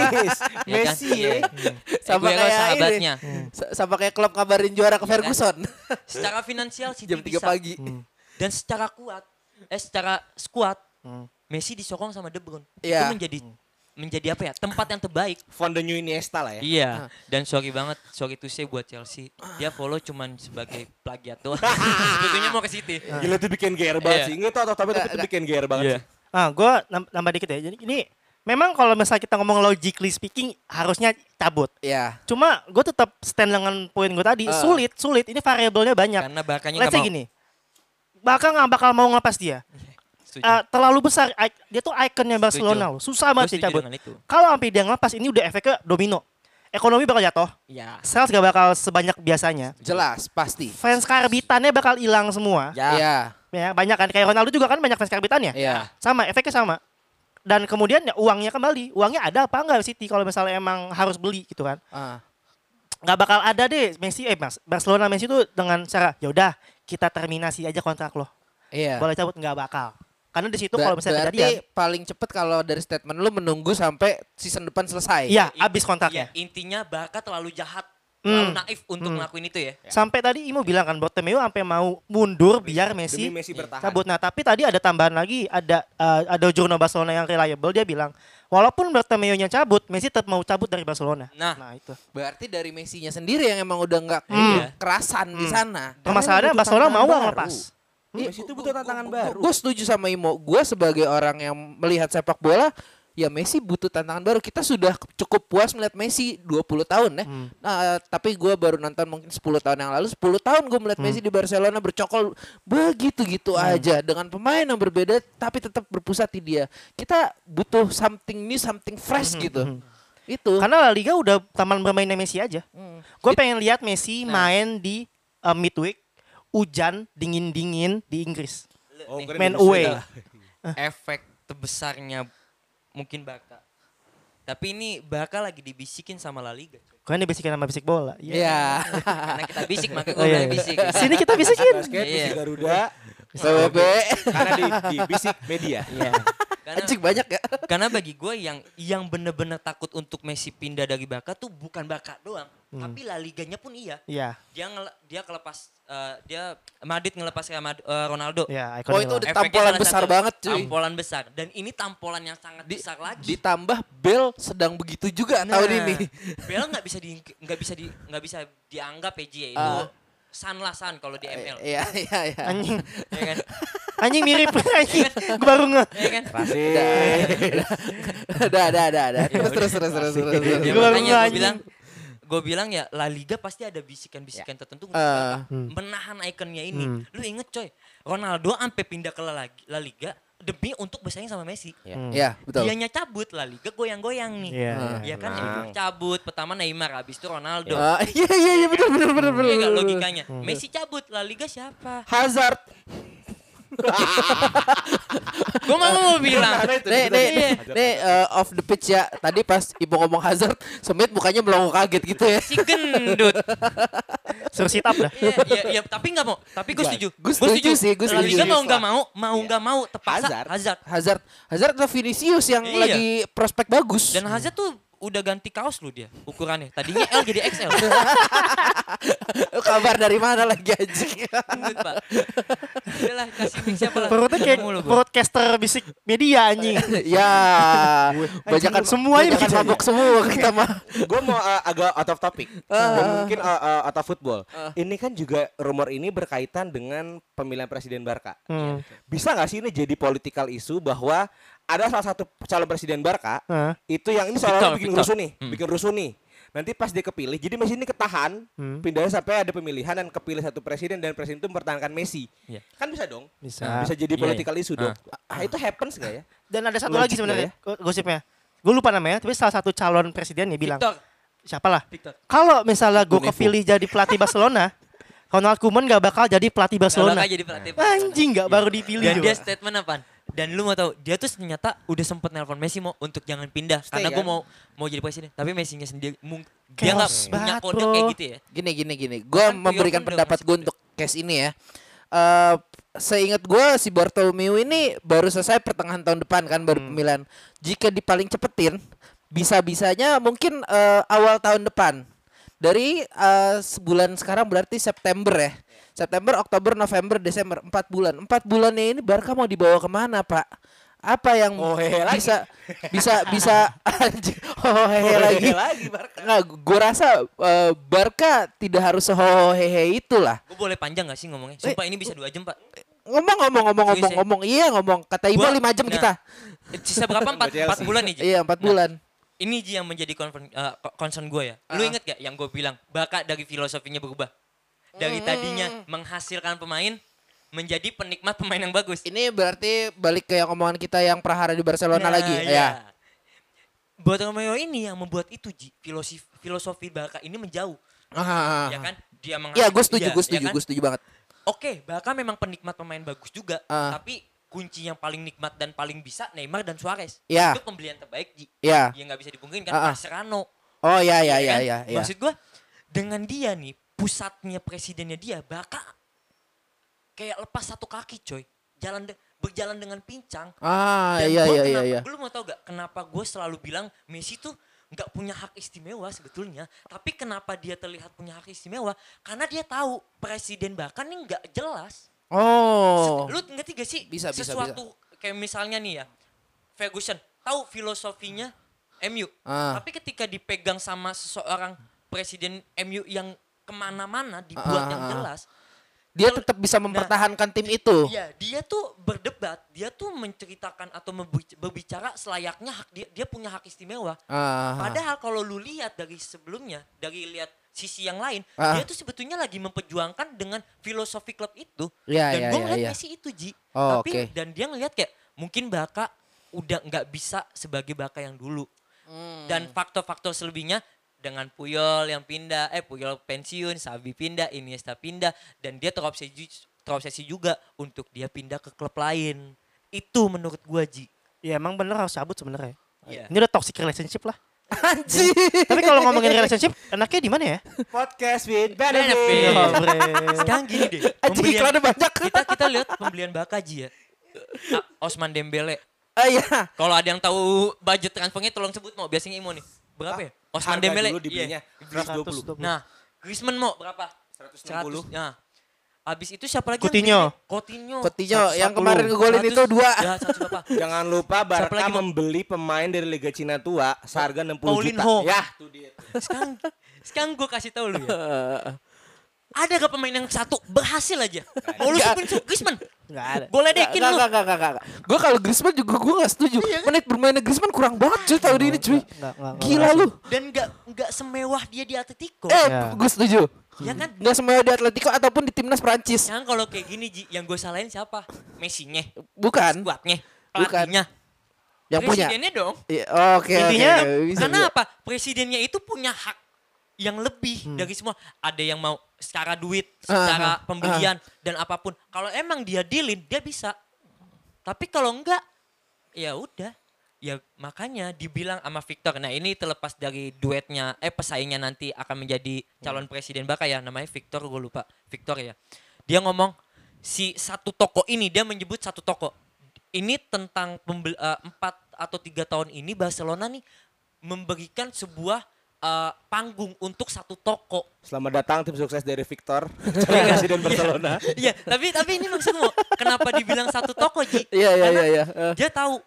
Ya kan? Messi ya. Iya. Sama Eh, gue kayak ini. sahabatnya. Sa- Sama kayak klub ngabarin juara ke Iya kan? Ferguson Secara finansial City jam tiga bisa. pagi. Dan secara kuat, eh secara squad, Hmm. Messi disokong sama De Bruyne. Iya. Itu menjadi menjadi apa ya? Tempat yang terbaik. Von the New Iniesta lah ya. Iya. Dan sorry banget, sorry to say buat Chelsea, dia follow cuman sebagai plagiat doang. Sebetulnya mau ke City. Gila itu bikin gear banget Iya. sih. Enggak tahu tapi tapi itu bikin gear banget Iya. sih. Ah, gue nambah dikit ya. Jadi ini memang kalau misalnya kita ngomong logically speaking harusnya cabut. Ya. Cuma gue tetap stand dengan poin gue tadi. Ah. Sulit, sulit. Ini variabelnya banyak. Karena Barkanya Let's nggak say mau. gini. Bakal nggak bakal mau ngelepas dia. Setuju. Ah, terlalu besar. I- Dia tuh ikonnya Barcelona Setuju. loh. Susah Gua banget setuju dicabut. dengan itu. Kalau sampai dia ngelepas ini udah efeknya domino. Ekonomi bakal jatuh. Ya. Sales gak bakal sebanyak biasanya. Jelas, pasti. Fans karbitannya bakal hilang semua. Ya. Ya. Ya, banyak kan. Kayak Ronaldo juga kan banyak fans karbitannya. Ya. Sama, efeknya sama. Dan kemudian ya uangnya kembali. Uangnya ada apa enggak City kalau misalnya emang harus beli gitu kan. Ah. Nggak bakal ada deh Messi, eh Mas, Barcelona Messi itu dengan cara, ya udah kita terminasi aja kontrak lo. Iya. Boleh cabut, nggak bakal. Karena di situ Ber- kalau misalnya berarti kejadian, paling cepet kalau dari statement lu menunggu sampai season depan selesai. iya I- habis kontraknya. Iya, intinya Barca terlalu jahat, Hmm. terlalu naif untuk Hmm. ngelakuin itu ya. Sampai tadi Imo bilang kan, Bartomeu sampai mau mundur biar Messi Demi Messi bertahan. cabut. Nah tapi tadi ada tambahan lagi, ada eh, ada jurno Barcelona yang reliable, dia bilang walaupun Bartomeu-nya cabut, Messi tetap mau cabut dari Barcelona. Nah. Nah itu. Berarti dari Messi-nya sendiri yang emang udah nggak Hmm. kerasan di sana. Permasalahannya butuh Barcelona mau tantangan nggak baru. ngelepas. Messi itu butuh tantangan baru. Gue setuju sama Imo. Gue sebagai orang yang melihat sepak bola, ya Messi butuh tantangan baru. Kita sudah cukup puas melihat Messi dua puluh tahun ya. Hmm. Nah, tapi gue baru nonton mungkin sepuluh tahun yang lalu. sepuluh tahun gue melihat Hmm. Messi di Barcelona bercokol begitu-gitu aja dengan pemain yang berbeda tapi tetap berpusat di dia. Kita butuh something new, something fresh gitu. Itu. Karena La Liga udah taman bermainnya Messi aja. Hmm. Gue pengen lihat Messi Nah. main di uh, midweek hujan dingin-dingin di Inggris. Oh, keren main di away. Venezuela. Efek terbesarnya mungkin Barca. Tapi ini Barca lagi dibisikin sama La Liga. coy. Kan dia bisikin sama bisik bola. Iya. Karena kita bisik makanya Oh, gue iya, bilang iya. bisik. Sini kita bisikin. Basket, Iya. Bisik Garuda. B W B. Karena di, di bisik media. Iya. Karena, Anjing banyak ya. karena bagi gue yang yang bener-bener takut untuk Messi pindah dari Barca tuh bukan Barca doang, tapi La Liganya pun iya. Iya. Dia ngele- dia kelepas eh, dia Madrid ngelepas Real Mad- eh, Ronaldo. Iya, Oh, itu udah Efeknya tampolan salah besar satu, banget, cuy. Tampolan besar dan ini tampolan yang sangat Di- besar lagi. Ditambah Bell sedang begitu juga tahun ini. Bel nggak bisa di nggak bisa di nggak bisa dianggap ya Ji, ya. Itu Ah. san lah san kalau di M L. Iya, iya, iya. Anjing. Ya kan? Anjing mirip anjing. Gue baru nge. Ya kan? Rasis. Udah, udah, udah, udah. Ya Terus, udah. terus, terus, terus, terus, terus. Ya, Gua baru makanya gue nganjing. bilang gue bilang ya La Liga pasti ada bisikan-bisikan tertentu untuk Ah. apa? menahan ikonnya ini. Hmm. Lu inget coy, Ronaldo sampai pindah ke La, La Liga demi untuk bersaing sama Messi. Iya, betul. Dianya cabut La Liga goyang-goyang nih. Iya, Ah. iya. Ya kan Tenang. cabut pertama Neymar habis itu Ronaldo. Ah, iya, iya, iya, betul, betul, betul, betul. Iya nggak logikanya. Messi cabut La Liga siapa? Hazard. Gue mau mau bilang. Nih, nih, nih, uh, off the pitch ya. Tadi pas Ibu ngomong Hazard, Smith mukanya melongo kaget gitu ya. Si gendut. Suruh sit up dah. Iya, iya, iya, tapi nggak mau. Tapi gue setuju. Gua setuju sih, gua La Liga setuju. mau nggak mau, mau nggak mau terpaksa Hazard. Hazard. Hazard, Hazard atau Vinicius yang Iya. lagi prospek bagus. Dan Hazard tuh udah ganti kaos lu dia ukurannya. Tadinya L jadi X L. Lu kabar dari mana lagi anjing? Gendut, Pak. Udahlah kasih mix siapa lah. Perutnya kayak Mulu gua. broadcaster bisik media anjing. Ya, banyakan semuanya banyakan begitu. mabuk semua kita mah. Gue mau uh, agak out of topic dan mungkin uh, uh, out of football. Ini kan juga rumor ini berkaitan dengan pemilihan presiden Barca. Hmm. Bisa nggak sih ini jadi political issue bahwa ada salah satu calon presiden Barca Hah? itu yang ini seolah-olah Victor, bikin Victor. rusuh nih, Hmm. bikin rusuh nih. Nanti pas dia kepilih, jadi Messi ini ketahan, Hmm. pindahnya sampai ada pemilihan dan kepilih satu presiden dan presiden itu mempertahankan Messi. Iya. Kan bisa dong? Bisa. Bisa jadi Iya, political iya. issue dong. Ah, itu happens nggak ya? Dan ada satu Logik lagi sebenarnya go- gosipnya. Gue lupa namanya, tapi salah satu calon presiden ya bilang. Victor, Siapalah. Victor. Kalau misalnya gue Bunevo. kepilih jadi pelatih Barcelona, Ronald Koeman gak bakal jadi pelatih Gak Barcelona. bakal jadi pelatih Barcelona. Anjing gak baru dipilih Dan juga. dia statement apaan? Dan lu mau tahu, dia tuh ternyata udah sempet nelpon Messi mau untuk jangan pindah Stay, karena gue kan? mau mau jadi presiden. Tapi Messinya sendiri mung- dia nggak Chaos punya banget, kode bro. kayak gitu ya. Gini, gini, gini. Gue Bahkan memberikan Puyol pun pendapat udah gue masih untuk case ini ya. Eh, seingat gue si Bartomeu ini baru selesai pertengahan tahun depan kan baru pemilihan. Jika dipaling cepetin, bisa-bisanya mungkin eh, awal tahun depan. Dari eh, sebulan sekarang berarti September ya. September, Oktober, November, Desember, empat bulan. Empat bulannya ini Barca mau dibawa kemana, Pak? Apa yang Oh, hehe lagi. bisa bisa bisa anjing, oh hehe lagi. lagi Barca. Nggak, gue rasa eh, Barca tidak harus sehoho hehe itulah. Gue boleh panjang gak sih ngomongnya? Sumpah ini bisa dua jam pak. Ngomong ngomong ngomong ngomong Serius ya? ngomong iya ngomong kata Ibu Gua- lima jam nah, kita. Sisa berapa? Empat, Chelsea. empat bulan nih Ji? Iya empat Nah, bulan. Ini Ji yang menjadi concern, eh, concern gue ya. Lu Ah. inget gak yang gue bilang? Barca dari filosofinya berubah. Dari tadinya menghasilkan pemain menjadi penikmat pemain yang bagus. Ini berarti balik ke yang omongan kita yang prahara di Barcelona Nah, lagi iya. ya. Bartomeu ini yang membuat itu Ji. Filosofi filosofi Barca ini menjauh. Ah, Ya kan? Dia menghasil- Iya gue setuju iya, gue ya setuju kan? gue setuju banget. Oke, Barca memang penikmat pemain bagus juga, Ah. tapi kunci yang paling nikmat dan paling bisa Neymar dan Suarez. Iya. Itu pembelian terbaik Ji. Iya. Yang nggak bisa dipungkiri kan Ah, ah. Mascherano. Oh ya ya Ya ya kan? ya ya. Maksud gua dengan dia nih pusatnya presidennya dia Barca kayak lepas satu kaki coy. Jalan de- berjalan dengan pincang. Ah Dan iya gua iya iya kenapa- iya. Lu mau tau gak kenapa gue selalu bilang Messi tuh nggak punya hak istimewa sebetulnya. Tapi kenapa dia terlihat punya hak istimewa? Karena dia tahu presiden Barca nih nggak jelas. Oh. Lu ngerti gak sih? Bisa, bisa, Sesuatu kayak misalnya nih ya, Ferguson tahu filosofinya M U. Ah. Tapi ketika dipegang sama seseorang presiden M U yang kemana-mana dibuat Ah, ah, yang ah. jelas, dia tetap bisa mempertahankan tim itu. Iya, dia tuh berdebat, dia tuh menceritakan atau membic- berbicara selayaknya hak dia, dia punya hak istimewa. Ah. Padahal kalau lu lihat dari sebelumnya, dari lihat sisi yang lain, Ah. dia tuh sebetulnya lagi memperjuangkan dengan filosofi klub itu. Iya, dan iya, gue iya, ngeliat iya. Messi itu, Ji. Oh, Tapi oke. dan dia ngeliat kayak mungkin Barca udah nggak bisa sebagai Barca yang dulu. Hmm. Dan faktor-faktor selebihnya dengan Puyol yang pindah, eh Puyol pensiun, Xavi pindah, Iniesta pindah, dan dia terobsesi terobsesi juga untuk dia pindah ke klub lain. Itu menurut gua, Ji. Ya emang bener harus cabut sebenarnya. Iya. Ini udah toxic relationship lah. Anjir. Tapi kalau ngomongin relationship, enaknya di mana ya? Podcast with Benefit. benefit. Oh, bre. Sekarang gini deh, Anjing pembelian, iklannya banyak. kita kita lihat pembelian Barca, Ji ya. Ah, Osman Dembele. Ah iya. Kalau ada yang tahu budget transfernya tolong sebut mau, biasanya Imo nih. Berapa ya? Osman Harga Dembele. dulu dibelinya Iya. seratus dua puluh. Nah, Griezmann mau berapa? seratus enam puluh. seratus. Nah, habis itu siapa lagi? Coutinho. yang dibeli? Coutinho. Coutinho yang seratus kemarin ngegolin itu seratus. dua. Ya, seratus berapa? Jangan lupa Siapa Barca lagi, Mo? membeli pemain dari Liga Cina tua seharga enam puluh juta. Paulinho. Ya, itu dia. Sekarang sekarang gue kasih tahu lu ya. Ada gak pemain yang satu berhasil aja? Mau lu Nggak. sebut Griezmann? Enggak ada. Gue ledekin Enggak, lu. enggak, enggak, enggak, enggak. Gue kalau Griezmann juga gue gak setuju. Menit bermainnya Griezmann kurang banget cuy tahun ini cuy. Enggak, enggak, enggak, Gila enggak lu. Dan gak, gak semewah dia di Atletico. Eh, Ya. gue setuju. Ya kan? Gak semua di Atletico ataupun di timnas Prancis. Yang kalau kayak gini, Ji, yang gue salahin siapa? Messi-nya, Bukan. skuadnya, Bukan. pelatihnya, Yang punya. presidennya dong. Iya, Oke, oke, Intinya, oke, bisa, Karena bisa. apa? Presidennya itu punya hak yang lebih Hmm. dari semua. Ada yang mau secara duit, Ah, secara ah, pembelian dan apapun. Kalau emang dia dealin, dia bisa. Tapi kalau enggak, ya udah. Ya makanya dibilang sama Victor. Nah ini terlepas dari duetnya, eh pesaingnya nanti akan menjadi calon presiden Barca ya. Namanya Victor, gue lupa. Victor ya. Dia ngomong si satu toko ini, dia menyebut satu toko. Ini tentang pembel- eh, empat atau tiga tahun ini Barcelona nih memberikan sebuah eh, panggung untuk satu toko. Selamat datang tim sukses dari Victor, calon presiden Barcelona. Iya, tapi tapi ini maksudmu kenapa dibilang satu toko, Ji? Iya, iya, Karena iya, iya. Eh. dia tahu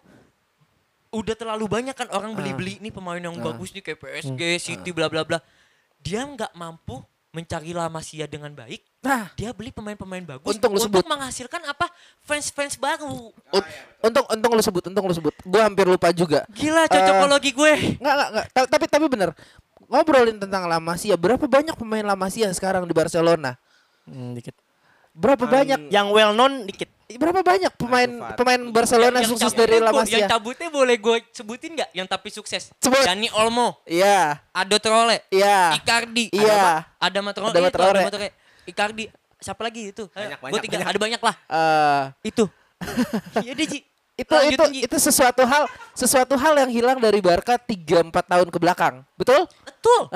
udah terlalu banyak kan orang Ah. beli-beli nih pemain yang bagus nih kayak P S G, City, bla bla bla. Dia nggak mampu mencari La Masia dengan baik. Nah, Dia beli pemain-pemain bagus Untung lu untuk sebut. menghasilkan apa? Fans-fans baru. un- untung untung lu sebut, untung lu sebut. Gue hampir lupa juga. Gila cocokologi gue. Enggak, enggak, enggak. Ta- Tapi tapi bener. Ngobrolin tentang La Masia, berapa banyak pemain La Masia sekarang di Barcelona? Hmm, dikit. Berapa banyak? Yang well known dikit. Berapa banyak pemain Fati. pemain Barcelona Yang sukses cabutnya dari La gua- Yang Masia? cabutnya boleh gue sebutin nggak? Yang tapi sukses. Sebut. Dani Olmo, Iya, Ado Trolle, iya. Icardi, Iya. ada Adama Traore, Adama itu, Traore. Adama Traore. Icardi, siapa lagi itu? Banyak, Gue banyak, tiga, banyak. ada banyak lah. Eh, Itu. Iya deh, Ji. itu itu Lanjutin, Ji. itu sesuatu hal sesuatu hal yang hilang dari Barca tiga empat tahun ke belakang. Betul? Betul.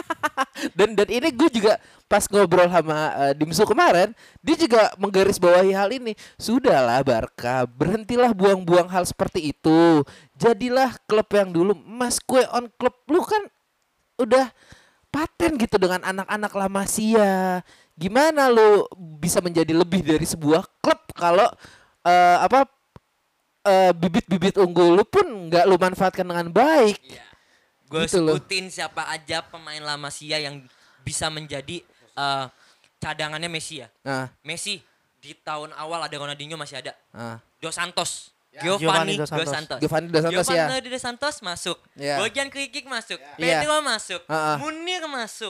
Dan dan ini gue juga pas ngobrol sama eh, Dimsu kemarin, dia juga menggarisbawahi hal ini. Sudahlah Barca, berhentilah buang-buang hal seperti itu. Jadilah klub yang dulu. Mas kue on klub lu kan udah paten gitu dengan anak-anak La Masia. Gimana lu bisa menjadi lebih dari sebuah klub kalau eh, apa eh, bibit-bibit unggul lu pun nggak lu manfaatkan dengan baik. Iya. Gue Gitu loh. sebutin siapa aja pemain La Masia yang bisa menjadi eh, cadangannya Messi ya. Nah, Messi di tahun awal ada Ronaldinho masih ada. nah. Dos Santos. Giovanni Giovanni Dos Dos Santos. Santos. Giovanni Dos Santos ya. Giovanni Dos Santos masuk. Ya. Bojan Krikic masuk. Iya. Pedro masuk. Ha-ha. Munir masuk.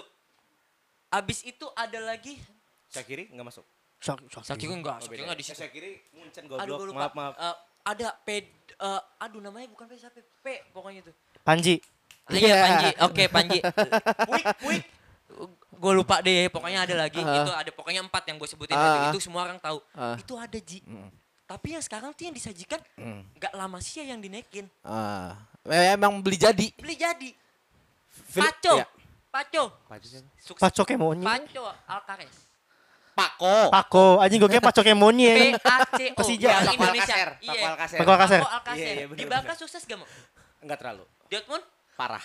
Abis itu ada lagi Syakiri nggak masuk. Shock, shock. Sakit enggak, Sakit enggak di Eh, situ. Syakiri Munchen Aduh, gue goblok. lupa. Maaf, maaf. Eh, ada Ped eh, aduh namanya bukan P siapa? P pokoknya itu. Panji. Ah, Iya Iya. Panji. Oke Panji. Puik, puik. Gue lupa deh, pokoknya ada lagi. Ah. Itu ada pokoknya empat yang gue sebutin Ah. tadi. Itu semua orang tahu. Ah. Itu ada Ji. Tapi yang sekarang tuh yang disajikan nggak lama sih yang dinaikin. Ah, memang beli jadi. Beli jadi. Phil- Paco. iya. Paco. Sukses. Paco Kemonyi. Paco Alcaraz. Pako. Paco. Anjing gue kira Paco Kemonyi ya. P A C O. Persija. Yang Paco Indonesia. Alcacer. Iya. Paco Alcacer. Paco Alcacer. Paco Alcacer. Iya, iya, bener, Di bener. Barca sukses gak mau? Enggak terlalu. Dortmund? Parah.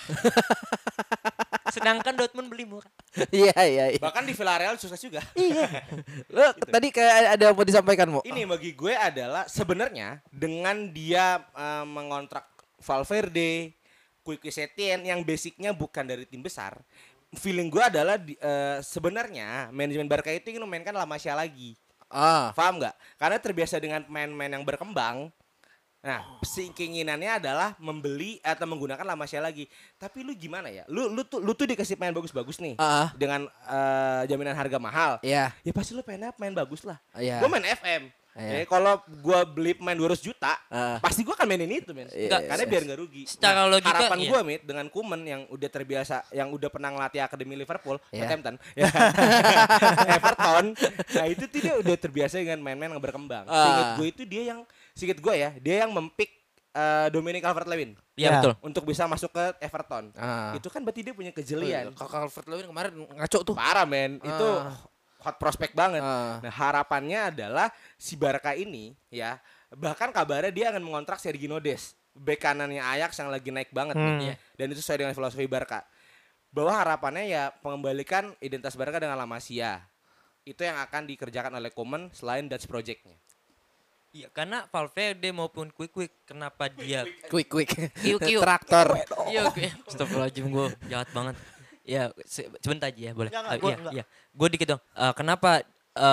Sedangkan Dortmund beli murah. Iya, iya, iya. Bahkan di Villarreal sukses juga. Lo tadi kayak ada yang mau disampaikan, Mo? Ini bagi gue adalah sebenarnya dengan dia eh, mengontrak Valverde, Quique Setien yang basicnya bukan dari tim besar, feeling gue adalah di- eh, sebenarnya manajemen Barca itu ingin memainkan La Masia lagi. Ah. Paham nggak? Karena terbiasa dengan pemain-pemain yang berkembang. Nah, si keinginannya adalah membeli atau menggunakan La Masia lagi. Tapi lu gimana ya? Lu lu tuh lu tuh dikasih pemain bagus-bagus nih Ah. dengan eh, jaminan harga mahal. Iya. Ya pasti lu pengennya pemain bagus lah. Iya. Gue main F M. Iya. Ya, kalau gua beli pemain dua ratus juta, Ah. pasti gua akan mainin itu, men. Iya, Karena iya. biar nggak rugi. Secara logika, harapan iya. gua, Mit, dengan Koeman yang udah terbiasa, yang udah pernah ngelatih akademi Liverpool, Iya. Southampton, ya. Everton. Nah, itu tuh dia udah terbiasa dengan main-main yang berkembang. Ah. Seinget gua itu dia yang seinget gua ya, dia yang mempick eh, Dominic Calvert-Lewin Iya Ya. betul. untuk bisa masuk ke Everton. Ah. Itu kan berarti dia punya kejelian. Kalau Calvert-Lewin kemarin ngaco tuh. Parah, men. Itu Ah. hot prospect banget. Ah. Nah, harapannya adalah si Barca ini ya, bahkan kabarnya dia akan mengontrak Sergio Des, bek kanannya Ajax yang lagi naik banget Hmm. nih. Dan itu sesuai dengan filosofi Barca. Bahwa harapannya ya mengembalikan identitas Barca dengan La Masia. Itu yang akan dikerjakan oleh Koeman selain Dutch Project-nya. Iya, karena Valverde maupun Quick Quick kenapa dia Quick quick. Kiu, kiu. Traktor. Iya, oke. Astagfirullahaladzim gue jahat banget. Ya, se- sebentar aja ya, boleh. Enggak, enggak, Ah, gua iya, enggak. iya. Gue dikit dong. Eh, kenapa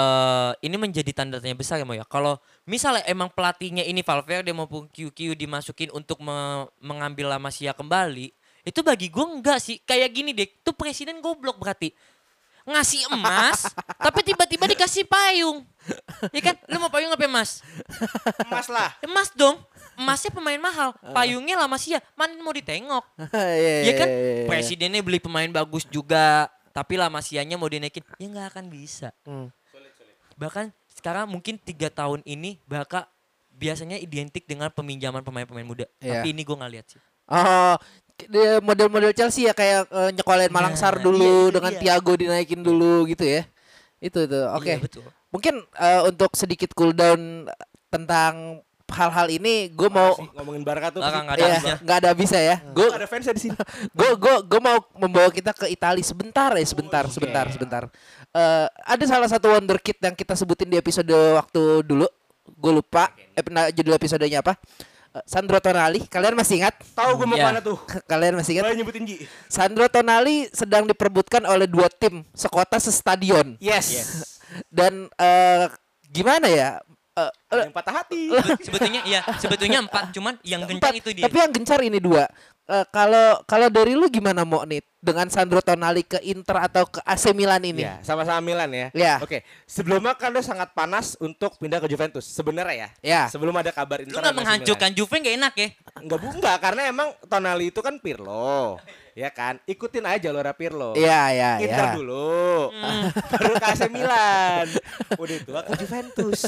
eh ini menjadi tanda tanya besar ya, Mo ya? Kalau misalnya emang pelatihnya ini Valverde maupun Q Q dimasukin untuk me- mengambil La Masia kembali, itu bagi gue enggak sih. Kayak gini deh, tuh presiden goblok berarti. Ngasih emas, tapi tiba-tiba dikasih payung. Ya kan? Lu mau payung apa emas? Emas lah. Emas dong. Emasnya pemain mahal. Payungnya La Masia. Mana mau ditengok? Iya Ya kan? Presidennya beli pemain bagus juga. Tapi La Masianya mau dinaikin. Ya nggak akan bisa. Hmm. Bahkan sekarang mungkin tiga tahun ini Barca biasanya identik dengan peminjaman pemain-pemain muda. Iya. Tapi ini gue nggak lihat sih. Oh, dia model-model Chelsea ya kayak eh, nyekolahin Malang Nah, Sar iya, dulu itu dengan dia. Thiago dinaikin dulu gitu ya. Itu tuh. Oke. Iya, betul. Mungkin eh, untuk sedikit cooldown tentang hal-hal ini gue mau Masih ngomongin Barca tuh. Barca pasti- nggak ada Iya, habisnya. nggak ada bisa ya. Gue Ada fansnya di sini. gue gue gue mau membawa kita ke Italia sebentar ya, sebentar, Oke. sebentar, sebentar. Eh, ada salah satu wonderkid yang kita sebutin di episode waktu dulu. Gue lupa eh, pernah judul episodenya apa. Eh, Sandro Tonali, kalian masih ingat? Tahu gue mau Iya. kemana tuh. Kalian masih ingat? Boleh nyebutin Ji. Sandro Tonali sedang diperebutkan oleh dua tim sekota sestadion. Yes. Dan eh, gimana ya? Eh, Ada yang patah hati. Sebe- Sebetulnya iya, sebetulnya empat, cuman yang empat, kencang itu dia. tapi yang gencar ini dua. Eh, Kalau kalau dari lu gimana mau nih dengan Sandro Tonali ke Inter atau ke A C Milan ini? Iya, sama-sama Milan ya. Iya. Oke, sebelumnya kan udah sangat panas untuk pindah ke Juventus. Sebenarnya ya. Iya. Sebelum ada kabar Lu Inter. nggak dan A C menghancurkan Juve nggak enak ya? Milan. Enggak, Bu, enggak, karena emang Tonali itu kan Pirlo. Ya kan? Ikutin aja jalurnya Pirlo. Iya, iya, Inter iya. dulu. Baru ke A C Milan. Udah itu ke Juventus.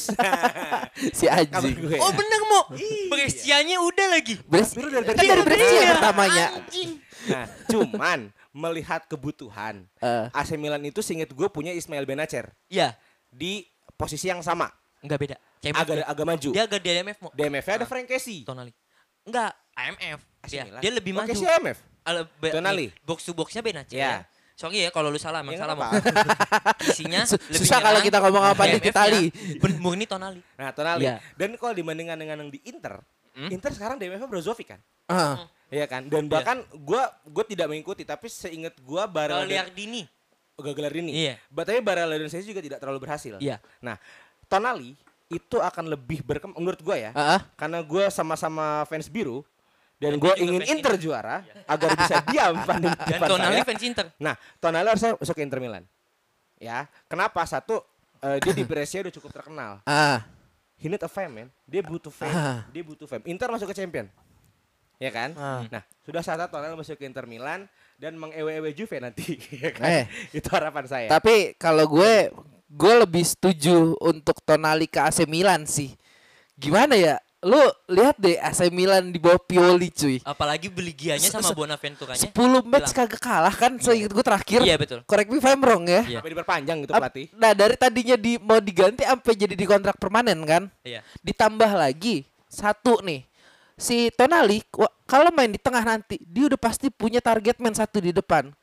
Si Kabar Aji. gue. Oh bener Mo, Iya. Brescianya udah lagi. Bres, Pirlo dari kan Brescia. dari Brescia Iya, pertamanya. anjing. Nah, cuman melihat kebutuhan Eh. A C Milan itu seinget gue punya Ismail Benacer Iya, di posisi yang sama. nggak beda. C M F Agak agak maju. dia agak D M F Mo. D M F-nya ada Frank Kessie. Tonali. Enggak, A M F. A C Dia, Milan. dia lebih Oh, maju. Kessie A M F. Ala- be- Tonali. nih, box to boxnya Benacer. Iya. Sorry ya kalau lu salah, emang Ya, salah Mo. nggak apa-apa. Isinya Su- lebih susah kalau nyerang, kita ngomong apa di D M F-nya Itali. ben- murni Tonali. Nah, Tonali. Iya. Dan kalau dibandingkan dengan yang di Inter, Hmm? Inter sekarang D M F-nya Brozovic kan? Ah, Iya kan? Dan bahkan gua gua tidak mengikuti, tapi seingat gua Barella dan Gagliardini. Gagliardini. Iya. Ba- Tapi Barella dan saya juga tidak terlalu berhasil. Iya. Nah, Tonali itu akan lebih berkembang menurut gua ya. ah, ah. Karena gua sama-sama fans biru dan Dan gua dia juga ingin fans Inter Inter. juara agar bisa diam di Dan depan Tonali saya. fans Inter. Nah, Tonali harusnya masuk ke Inter Milan. Ya, kenapa? Satu, eh, dia di Brescia udah cukup terkenal. Ah, He need a fame, man. Dia butuh fame. Ah. Dia butuh fame. Inter masuk ke champion. Ya kan? Ah. Nah, sudah saatnya Tonali masuk ke Inter Milan dan mengewe-ewe Juve nanti. Ya kan? Eh. Itu harapan saya. Tapi kalau gue gue lebih setuju untuk Tonali ke A C Milan sih. Gimana ya? Lu lihat deh A C Milan di bawah Pioli cuy. Apalagi Beligianya Se- sama se- Bonaventuranya. sepuluh match hilang. kagak kalah kan seingat gue terakhir. Iya betul. Correct me if I'm wrong ya. Iya. Sampai diperpanjang gitu Ap- pelatih. Nah dari tadinya di mau diganti sampai jadi di kontrak permanen kan. Iya. Ditambah lagi satu nih. Si Tonali wa- kalau main di tengah nanti dia udah pasti punya target man satu di depan.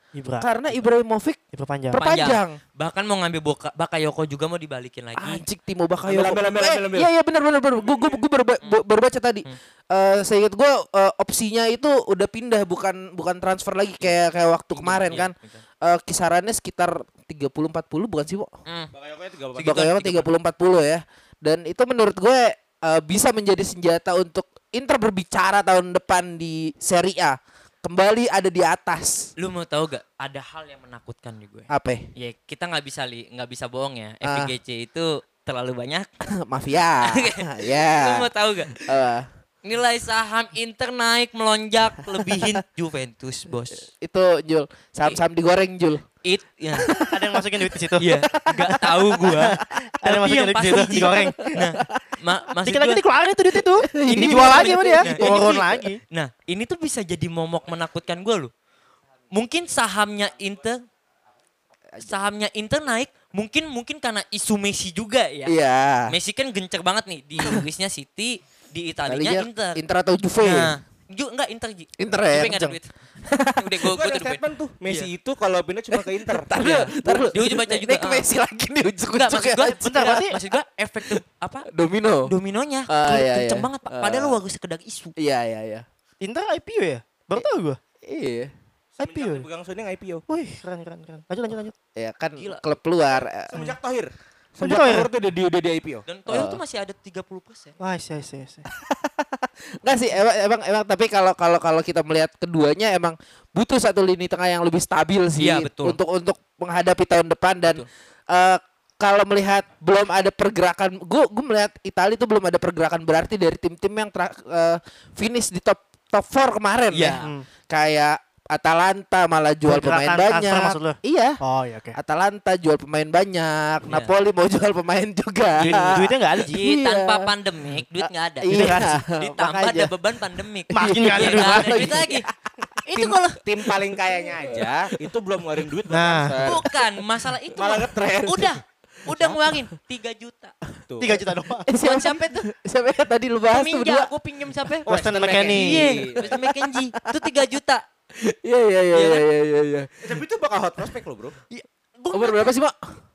Ibra. Karena Ibrahimovic Ibra panjang. Per- Perpanjang. Bahkan mau ngambil Boka, Bakayoko juga mau dibalikin lagi. Anjing Timo Bakayoko. Ambil, ambil, ambil, Eh, ambil, ambil. Iya iya benar benar benar. Gue gue gue baru, ba- baru baca tadi. Eh saya ingat gue eh, opsinya itu udah pindah bukan bukan transfer lagi kayak kayak waktu kemarin Iya, kan. betul. Eh, kisarannya sekitar tiga puluh empat puluh bukan sih, Bo? Hmm. Bakayoko tiga puluh. Segituan, Bakayoko tiga tiga puluh empat puluh ya. Dan itu menurut gue eh, bisa menjadi senjata untuk Inter berbicara tahun depan di Serie A. Kembali ada di atas. Lu mau tahu gak? Ada hal yang menakutkan di gue. Apa? Ya kita nggak bisa li, nggak bisa bohong ya. Ah. F I G C itu terlalu banyak. Mafia. Lu Ya. mau tahu gak? Eh, Nilai saham Inter naik melonjak lebihin Juventus, bos. itu Jul, saham-saham digoreng Jul. It ya. Ada yang masukin duit di situ. Iya, nggak tahu gua. Ada yang Tapi masukin duit di situ pasti digoreng. Nah, ma maksud Dikit lagi gua, dikeluarin tuh duit itu. Ini Dijual bisa lagi sama dia. Nah, ini Turun tuh- lagi. Nah, ini tuh bisa jadi momok menakutkan gua loh. Mungkin sahamnya Inter sahamnya Inter naik, mungkin mungkin karena isu Messi juga ya. Iya. Messi kan gencer banget nih di Inggrisnya City, di Italinya Tadinya Inter. Inter atau Juve. Nah, Ju, enggak Inter Ji. Inter ya, Juve yang nggak ada kenceng. duit. Udah gua Gue gua ada tuh statement tuh. Messi Iya. itu kalau pindah cuma ke Inter. Tar dulu, tar dulu. Dia udah baca Ini juga, ke ah. Messi lagi nih Enggak, ujuk-ujuk maksud ya. gua, Bentar, bentar, berarti- maksud gua efek tuh apa? Domino. Dominonya Ah, turut iya, kenceng iya. banget, Pak. Ah. Padahal baru sekedar isu. Iya, iya, iya. Inter I P O ya? Baru tau gue. Iya. I P O. ya? Pegang Suning I P O. Wih, keren keren keren. Lanjut lanjut lanjut. Ya kan Gila. klub luar. eh, Semenjak Thohir. Semenjak Semenjak Thohir? Thohir tuh udah di udah di I P O. Dan Toyo Ah. tuh masih ada tiga puluh persen. Wah, saya saya saya. Enggak sih, emang emang emang tapi kalau kalau kalau kita melihat keduanya emang butuh satu lini tengah yang lebih stabil sih Iya, betul. untuk untuk menghadapi tahun depan dan Betul. eh, kalau melihat belum ada pergerakan, gue gue melihat Italia itu belum ada pergerakan berarti dari tim-tim yang tra- eh, finish di top top empat kemarin Iya. ya. Hmm. Kayak Atalanta malah jual pemain Pergerakan transfer banyak. maksud lu? Iya. Oh iya oke. Atalanta jual pemain banyak, Iya. Napoli mau jual pemain juga. Duit, duitnya nggak ada Ji. Ji, Iya. tanpa pandemik duit nggak ada. Iya, Ditambah makanya. ada beban pandemik. Makin nggak ada Iya, duit nggak ada lagi. duit lagi. Itu Tim, kalau tim paling kayanya aja itu belum ngeluarin duit buat Nah. transfer. bukan masalah itu. Malah ngetren. Udah, udah ngeluarin tiga juta. Tuh. tiga juta doang. Eh, Buat siapa, siapa tuh? siapa yang tadi lu bahas tuh Peminjam, berdua? aku pinjam siapa? Weston Weston McKennie. Iya, Weston McKenzie. Itu tiga juta. Iya iya iya Iya iya kan? iya iya. iya. Eh, Tapi itu bakal hot prospect loh bro. Umur berapa sih, Mak?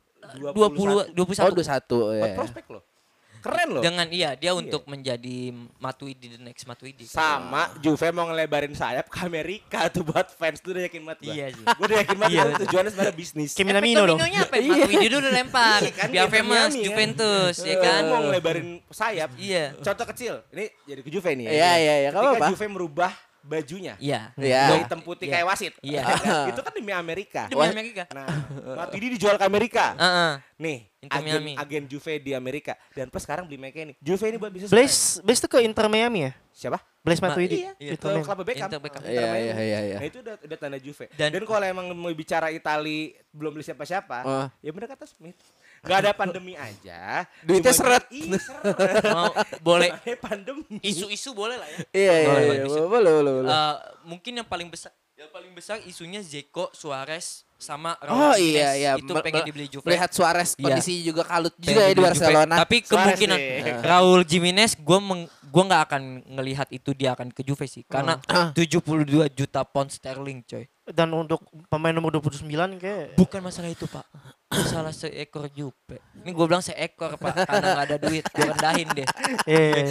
dua puluh dua puluh Oh, satu. dua puluh satu Hot ya. prospect loh. Keren loh. Dengan iya dia untuk menjadi Matuidi the next Matuidi. Sama Juve mau ngelebarin sayap ke Amerika tuh buat fans tuh udah yakin banget gua. Iya sih. Gue udah yakin banget Iya, itu tujuannya sebenarnya bisnis. Kim Minamino dong. Dominonya apa? ya? Matuidi dulu udah lempar. Kan Biar Inter famous Miami kan. Juventus ya Kan kan. mau ngelebarin sayap. Iya. Contoh kecil, ini jadi ke Juve nih ya. Iya, iya, iya, nggak Ketika apa-apa. Juve merubah bajunya. Iya. Iya. Dari hitam putih Iya. kayak wasit. Iya. kan? Itu kan demi Amerika. Demi Amerika. Nah, Matuidi dijual ke Amerika. Heeh. Nih, Inter agen, Miami. agen Juve di Amerika. Dan plus sekarang beli McKennie. Juve ini buat bisnis. Blaze Blaze tuh ke Inter Miami ya? Siapa? Blaze Ma- Matuidi. Iya, Itu ke Miami. klub Beckham. Inter Beckham. Inter Iya, Miami. iya, iya, iya. Nah itu udah, udah tanda Juve. Dan- Dan, kalau emang mau bicara Itali belum beli siapa-siapa, Oh. ya bener kata Smith. Gak ada pandemi aja. Duitnya Cuma- seret. Iya seret. Mau boleh Makanya pandemi. isu-isu boleh lah ya. Iya iya Boleh, iya. bisa. Boleh boleh boleh. Eh, mungkin yang paling besar yang paling besar isunya Zeko, Suarez sama Oh Raul iya Jimenez. iya. Itu Me- pengen me- dibeli Juve. Melihat Suarez Iya. kondisinya juga kalut Pengen juga ya di dibeli Juve. Barcelona. Tapi Suarez kemungkinan deh. Raul Jimenez gue gue nggak akan ngelihat itu dia akan ke Juve sih karena Ah. tujuh puluh dua juta pound sterling coy. Dan untuk pemain nomor dua puluh sembilan kayak Bukan masalah itu pak, masalah seekor Juve. Ini gue bilang seekor pak karena nggak ada duit gue rendahin deh. eh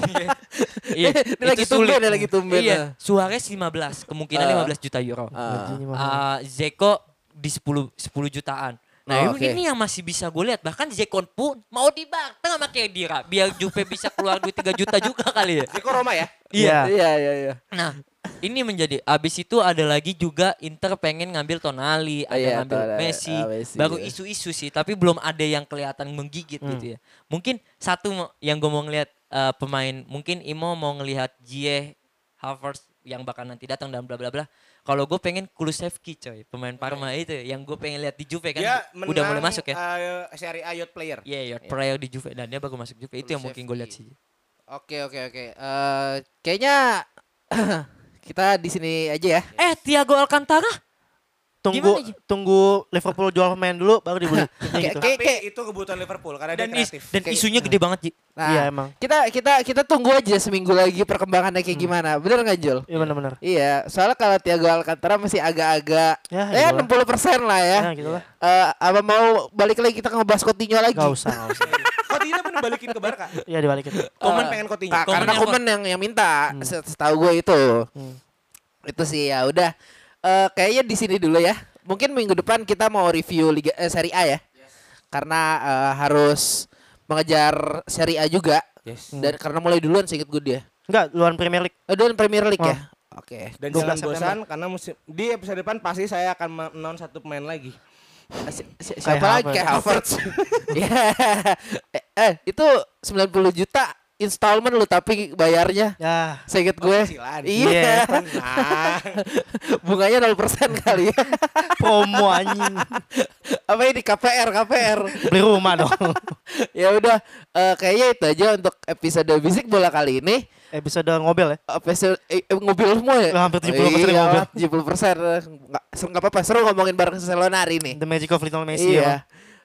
Iya, Ini lagi itu sulit. tumben ya, lagi tumben. Iya, Suarez lima belas, kemungkinan Ah. lima belas juta euro. Ah. Ah, Zeko di sepuluh sepuluh jutaan. Nah, Oh, ini oke. ini yang masih bisa gue lihat. Bahkan Zeko pun mau dibarter sama Khedira biar Juve bisa keluar duit tiga juta juga kali ya. Zeko Roma ya? Iya. Iya iya iya. Nah, ini menjadi abis itu ada lagi juga Inter pengen ngambil Tonali, ada Iya, ngambil Tonali, Messi, ah, Messi, baru iya. isu-isu sih, tapi belum ada yang kelihatan menggigit gitu ya. Mungkin satu mo- yang gue mau ngelihat eh, pemain, mungkin Imo mau ngelihat Ziyech, Havertz yang bakal nanti datang dan bla bla bla. Kalau gue pengen Kulusevski coy, pemain Parma itu yang gue pengen lihat di Juve kan, Dia udah mulai menang, masuk ya. eh, Serie A Youth Player. Iya, yeah, player di Juve dan dia baru masuk Juve. Itu yang mungkin gue lihat sih. Oke oke oke. Eh, kayaknya kita di sini aja ya. Eh, Thiago Alcantara tunggu Gimana, Ji? tunggu Liverpool jual pemain dulu baru dibeli. Kayak gitu. Kayak- Tapi itu kebutuhan Liverpool karena Dan dia is, kreatif. dan isunya gede banget, Ji. Nah, Iya, emang. Kita kita kita tunggu aja seminggu lagi perkembangannya kayak gimana. Bener nggak Jul? Iya benar-benar. Iya, soalnya kalau Thiago Alcantara masih agak-agak Ya, ya gitulah. enam puluh persen lah ya. Ya gitu lah. Eh, apa mau balik lagi kita ngebahas Coutinho lagi? Gak usah, gak usah. Coutinho bener balikin ke Barca. Iya dibalikin. Komen Eh, pengen Coutinho. Ka- Komen karena yang komen yang yang minta, Se- setahu gue itu. Hmm. Itu sih ya udah. Eh, kayaknya di sini dulu ya. Mungkin minggu depan kita mau review Liga eh, Serie A ya. Karena eh, harus mengejar Serie A juga. Yes. Dan karena mulai duluan seinget gue dia. Enggak, luar Premier League. Eh, duluan Premier League Oh. ya. Oke. Dan dua jangan belas September. bosan karena musim di episode depan pasti saya akan menanam satu pemain lagi. Si- si- Kayak siapa lagi Havertz. kayak Havertz? Ya. eh, eh, itu sembilan puluh juta installment lu tapi bayarnya Ya, seinget gue. cicilan. Iya. Nah, Bunganya nol persen kali ya. promo anjing. Apa ini K P R K P R. Beli rumah dong. Ya udah eh, kayaknya itu aja untuk episode Bisik Bola kali ini. Episode ngobel ya. Episode eh, eh, mobil semua ya. Ya, hampir tujuh puluh persen Iya, mobil. tujuh puluh persen. Enggak enggak apa-apa seru ngomongin bareng Barcelona hari ini. The Magic of Lionel Messi Iya. ya.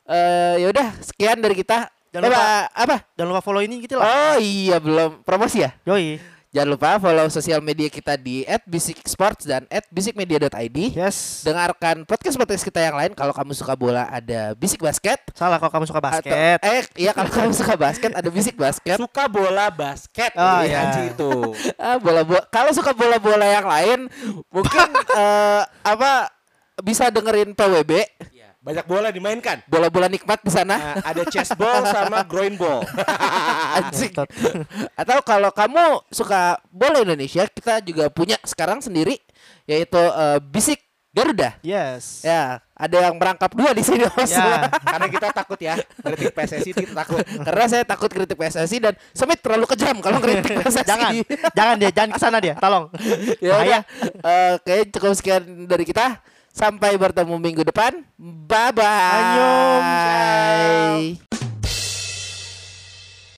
Eh ya udah sekian dari kita. Jangan Eh, lupa- Pak, apa? Jangan lupa follow ini gitu lah. Oh iya belum promosi ya. Yoi. Jangan lupa follow sosial media kita di et bisik sports dan et bisikmedia dot i d. Yes. Dengarkan podcast-podcast kita yang lain. Kalau kamu suka bola ada Bisik Basket. Salah kalau kamu suka Atau- basket. eh iya kalau kamu suka basket ada Bisik Basket. suka bola basket. Oh, Ini iya. Anji itu. Ah, bola bola. Kalau suka bola-bola yang lain mungkin eh, apa bisa dengerin P W B. Banyak bola dimainkan. Bola-bola nikmat di sana. Nah, ada chest ball sama groin ball. Anjing. Ngentot. Atau kalau kamu suka bola Indonesia, kita juga punya sekarang sendiri yaitu eh, Bisik Garuda. Yes. Ya, ada yang merangkap dua di sini Mas. Ya. Karena kita takut ya. Kritik P S S I kita takut. Karena saya takut kritik P S S I dan Semit terlalu kejam kalau kritik P S S I. Jangan, jangan dia, jangan kesana dia, tolong. Ya Bahaya. udah, eh, kayaknya cukup sekian dari kita. Sampai bertemu minggu depan. Bye bye. Annyeong.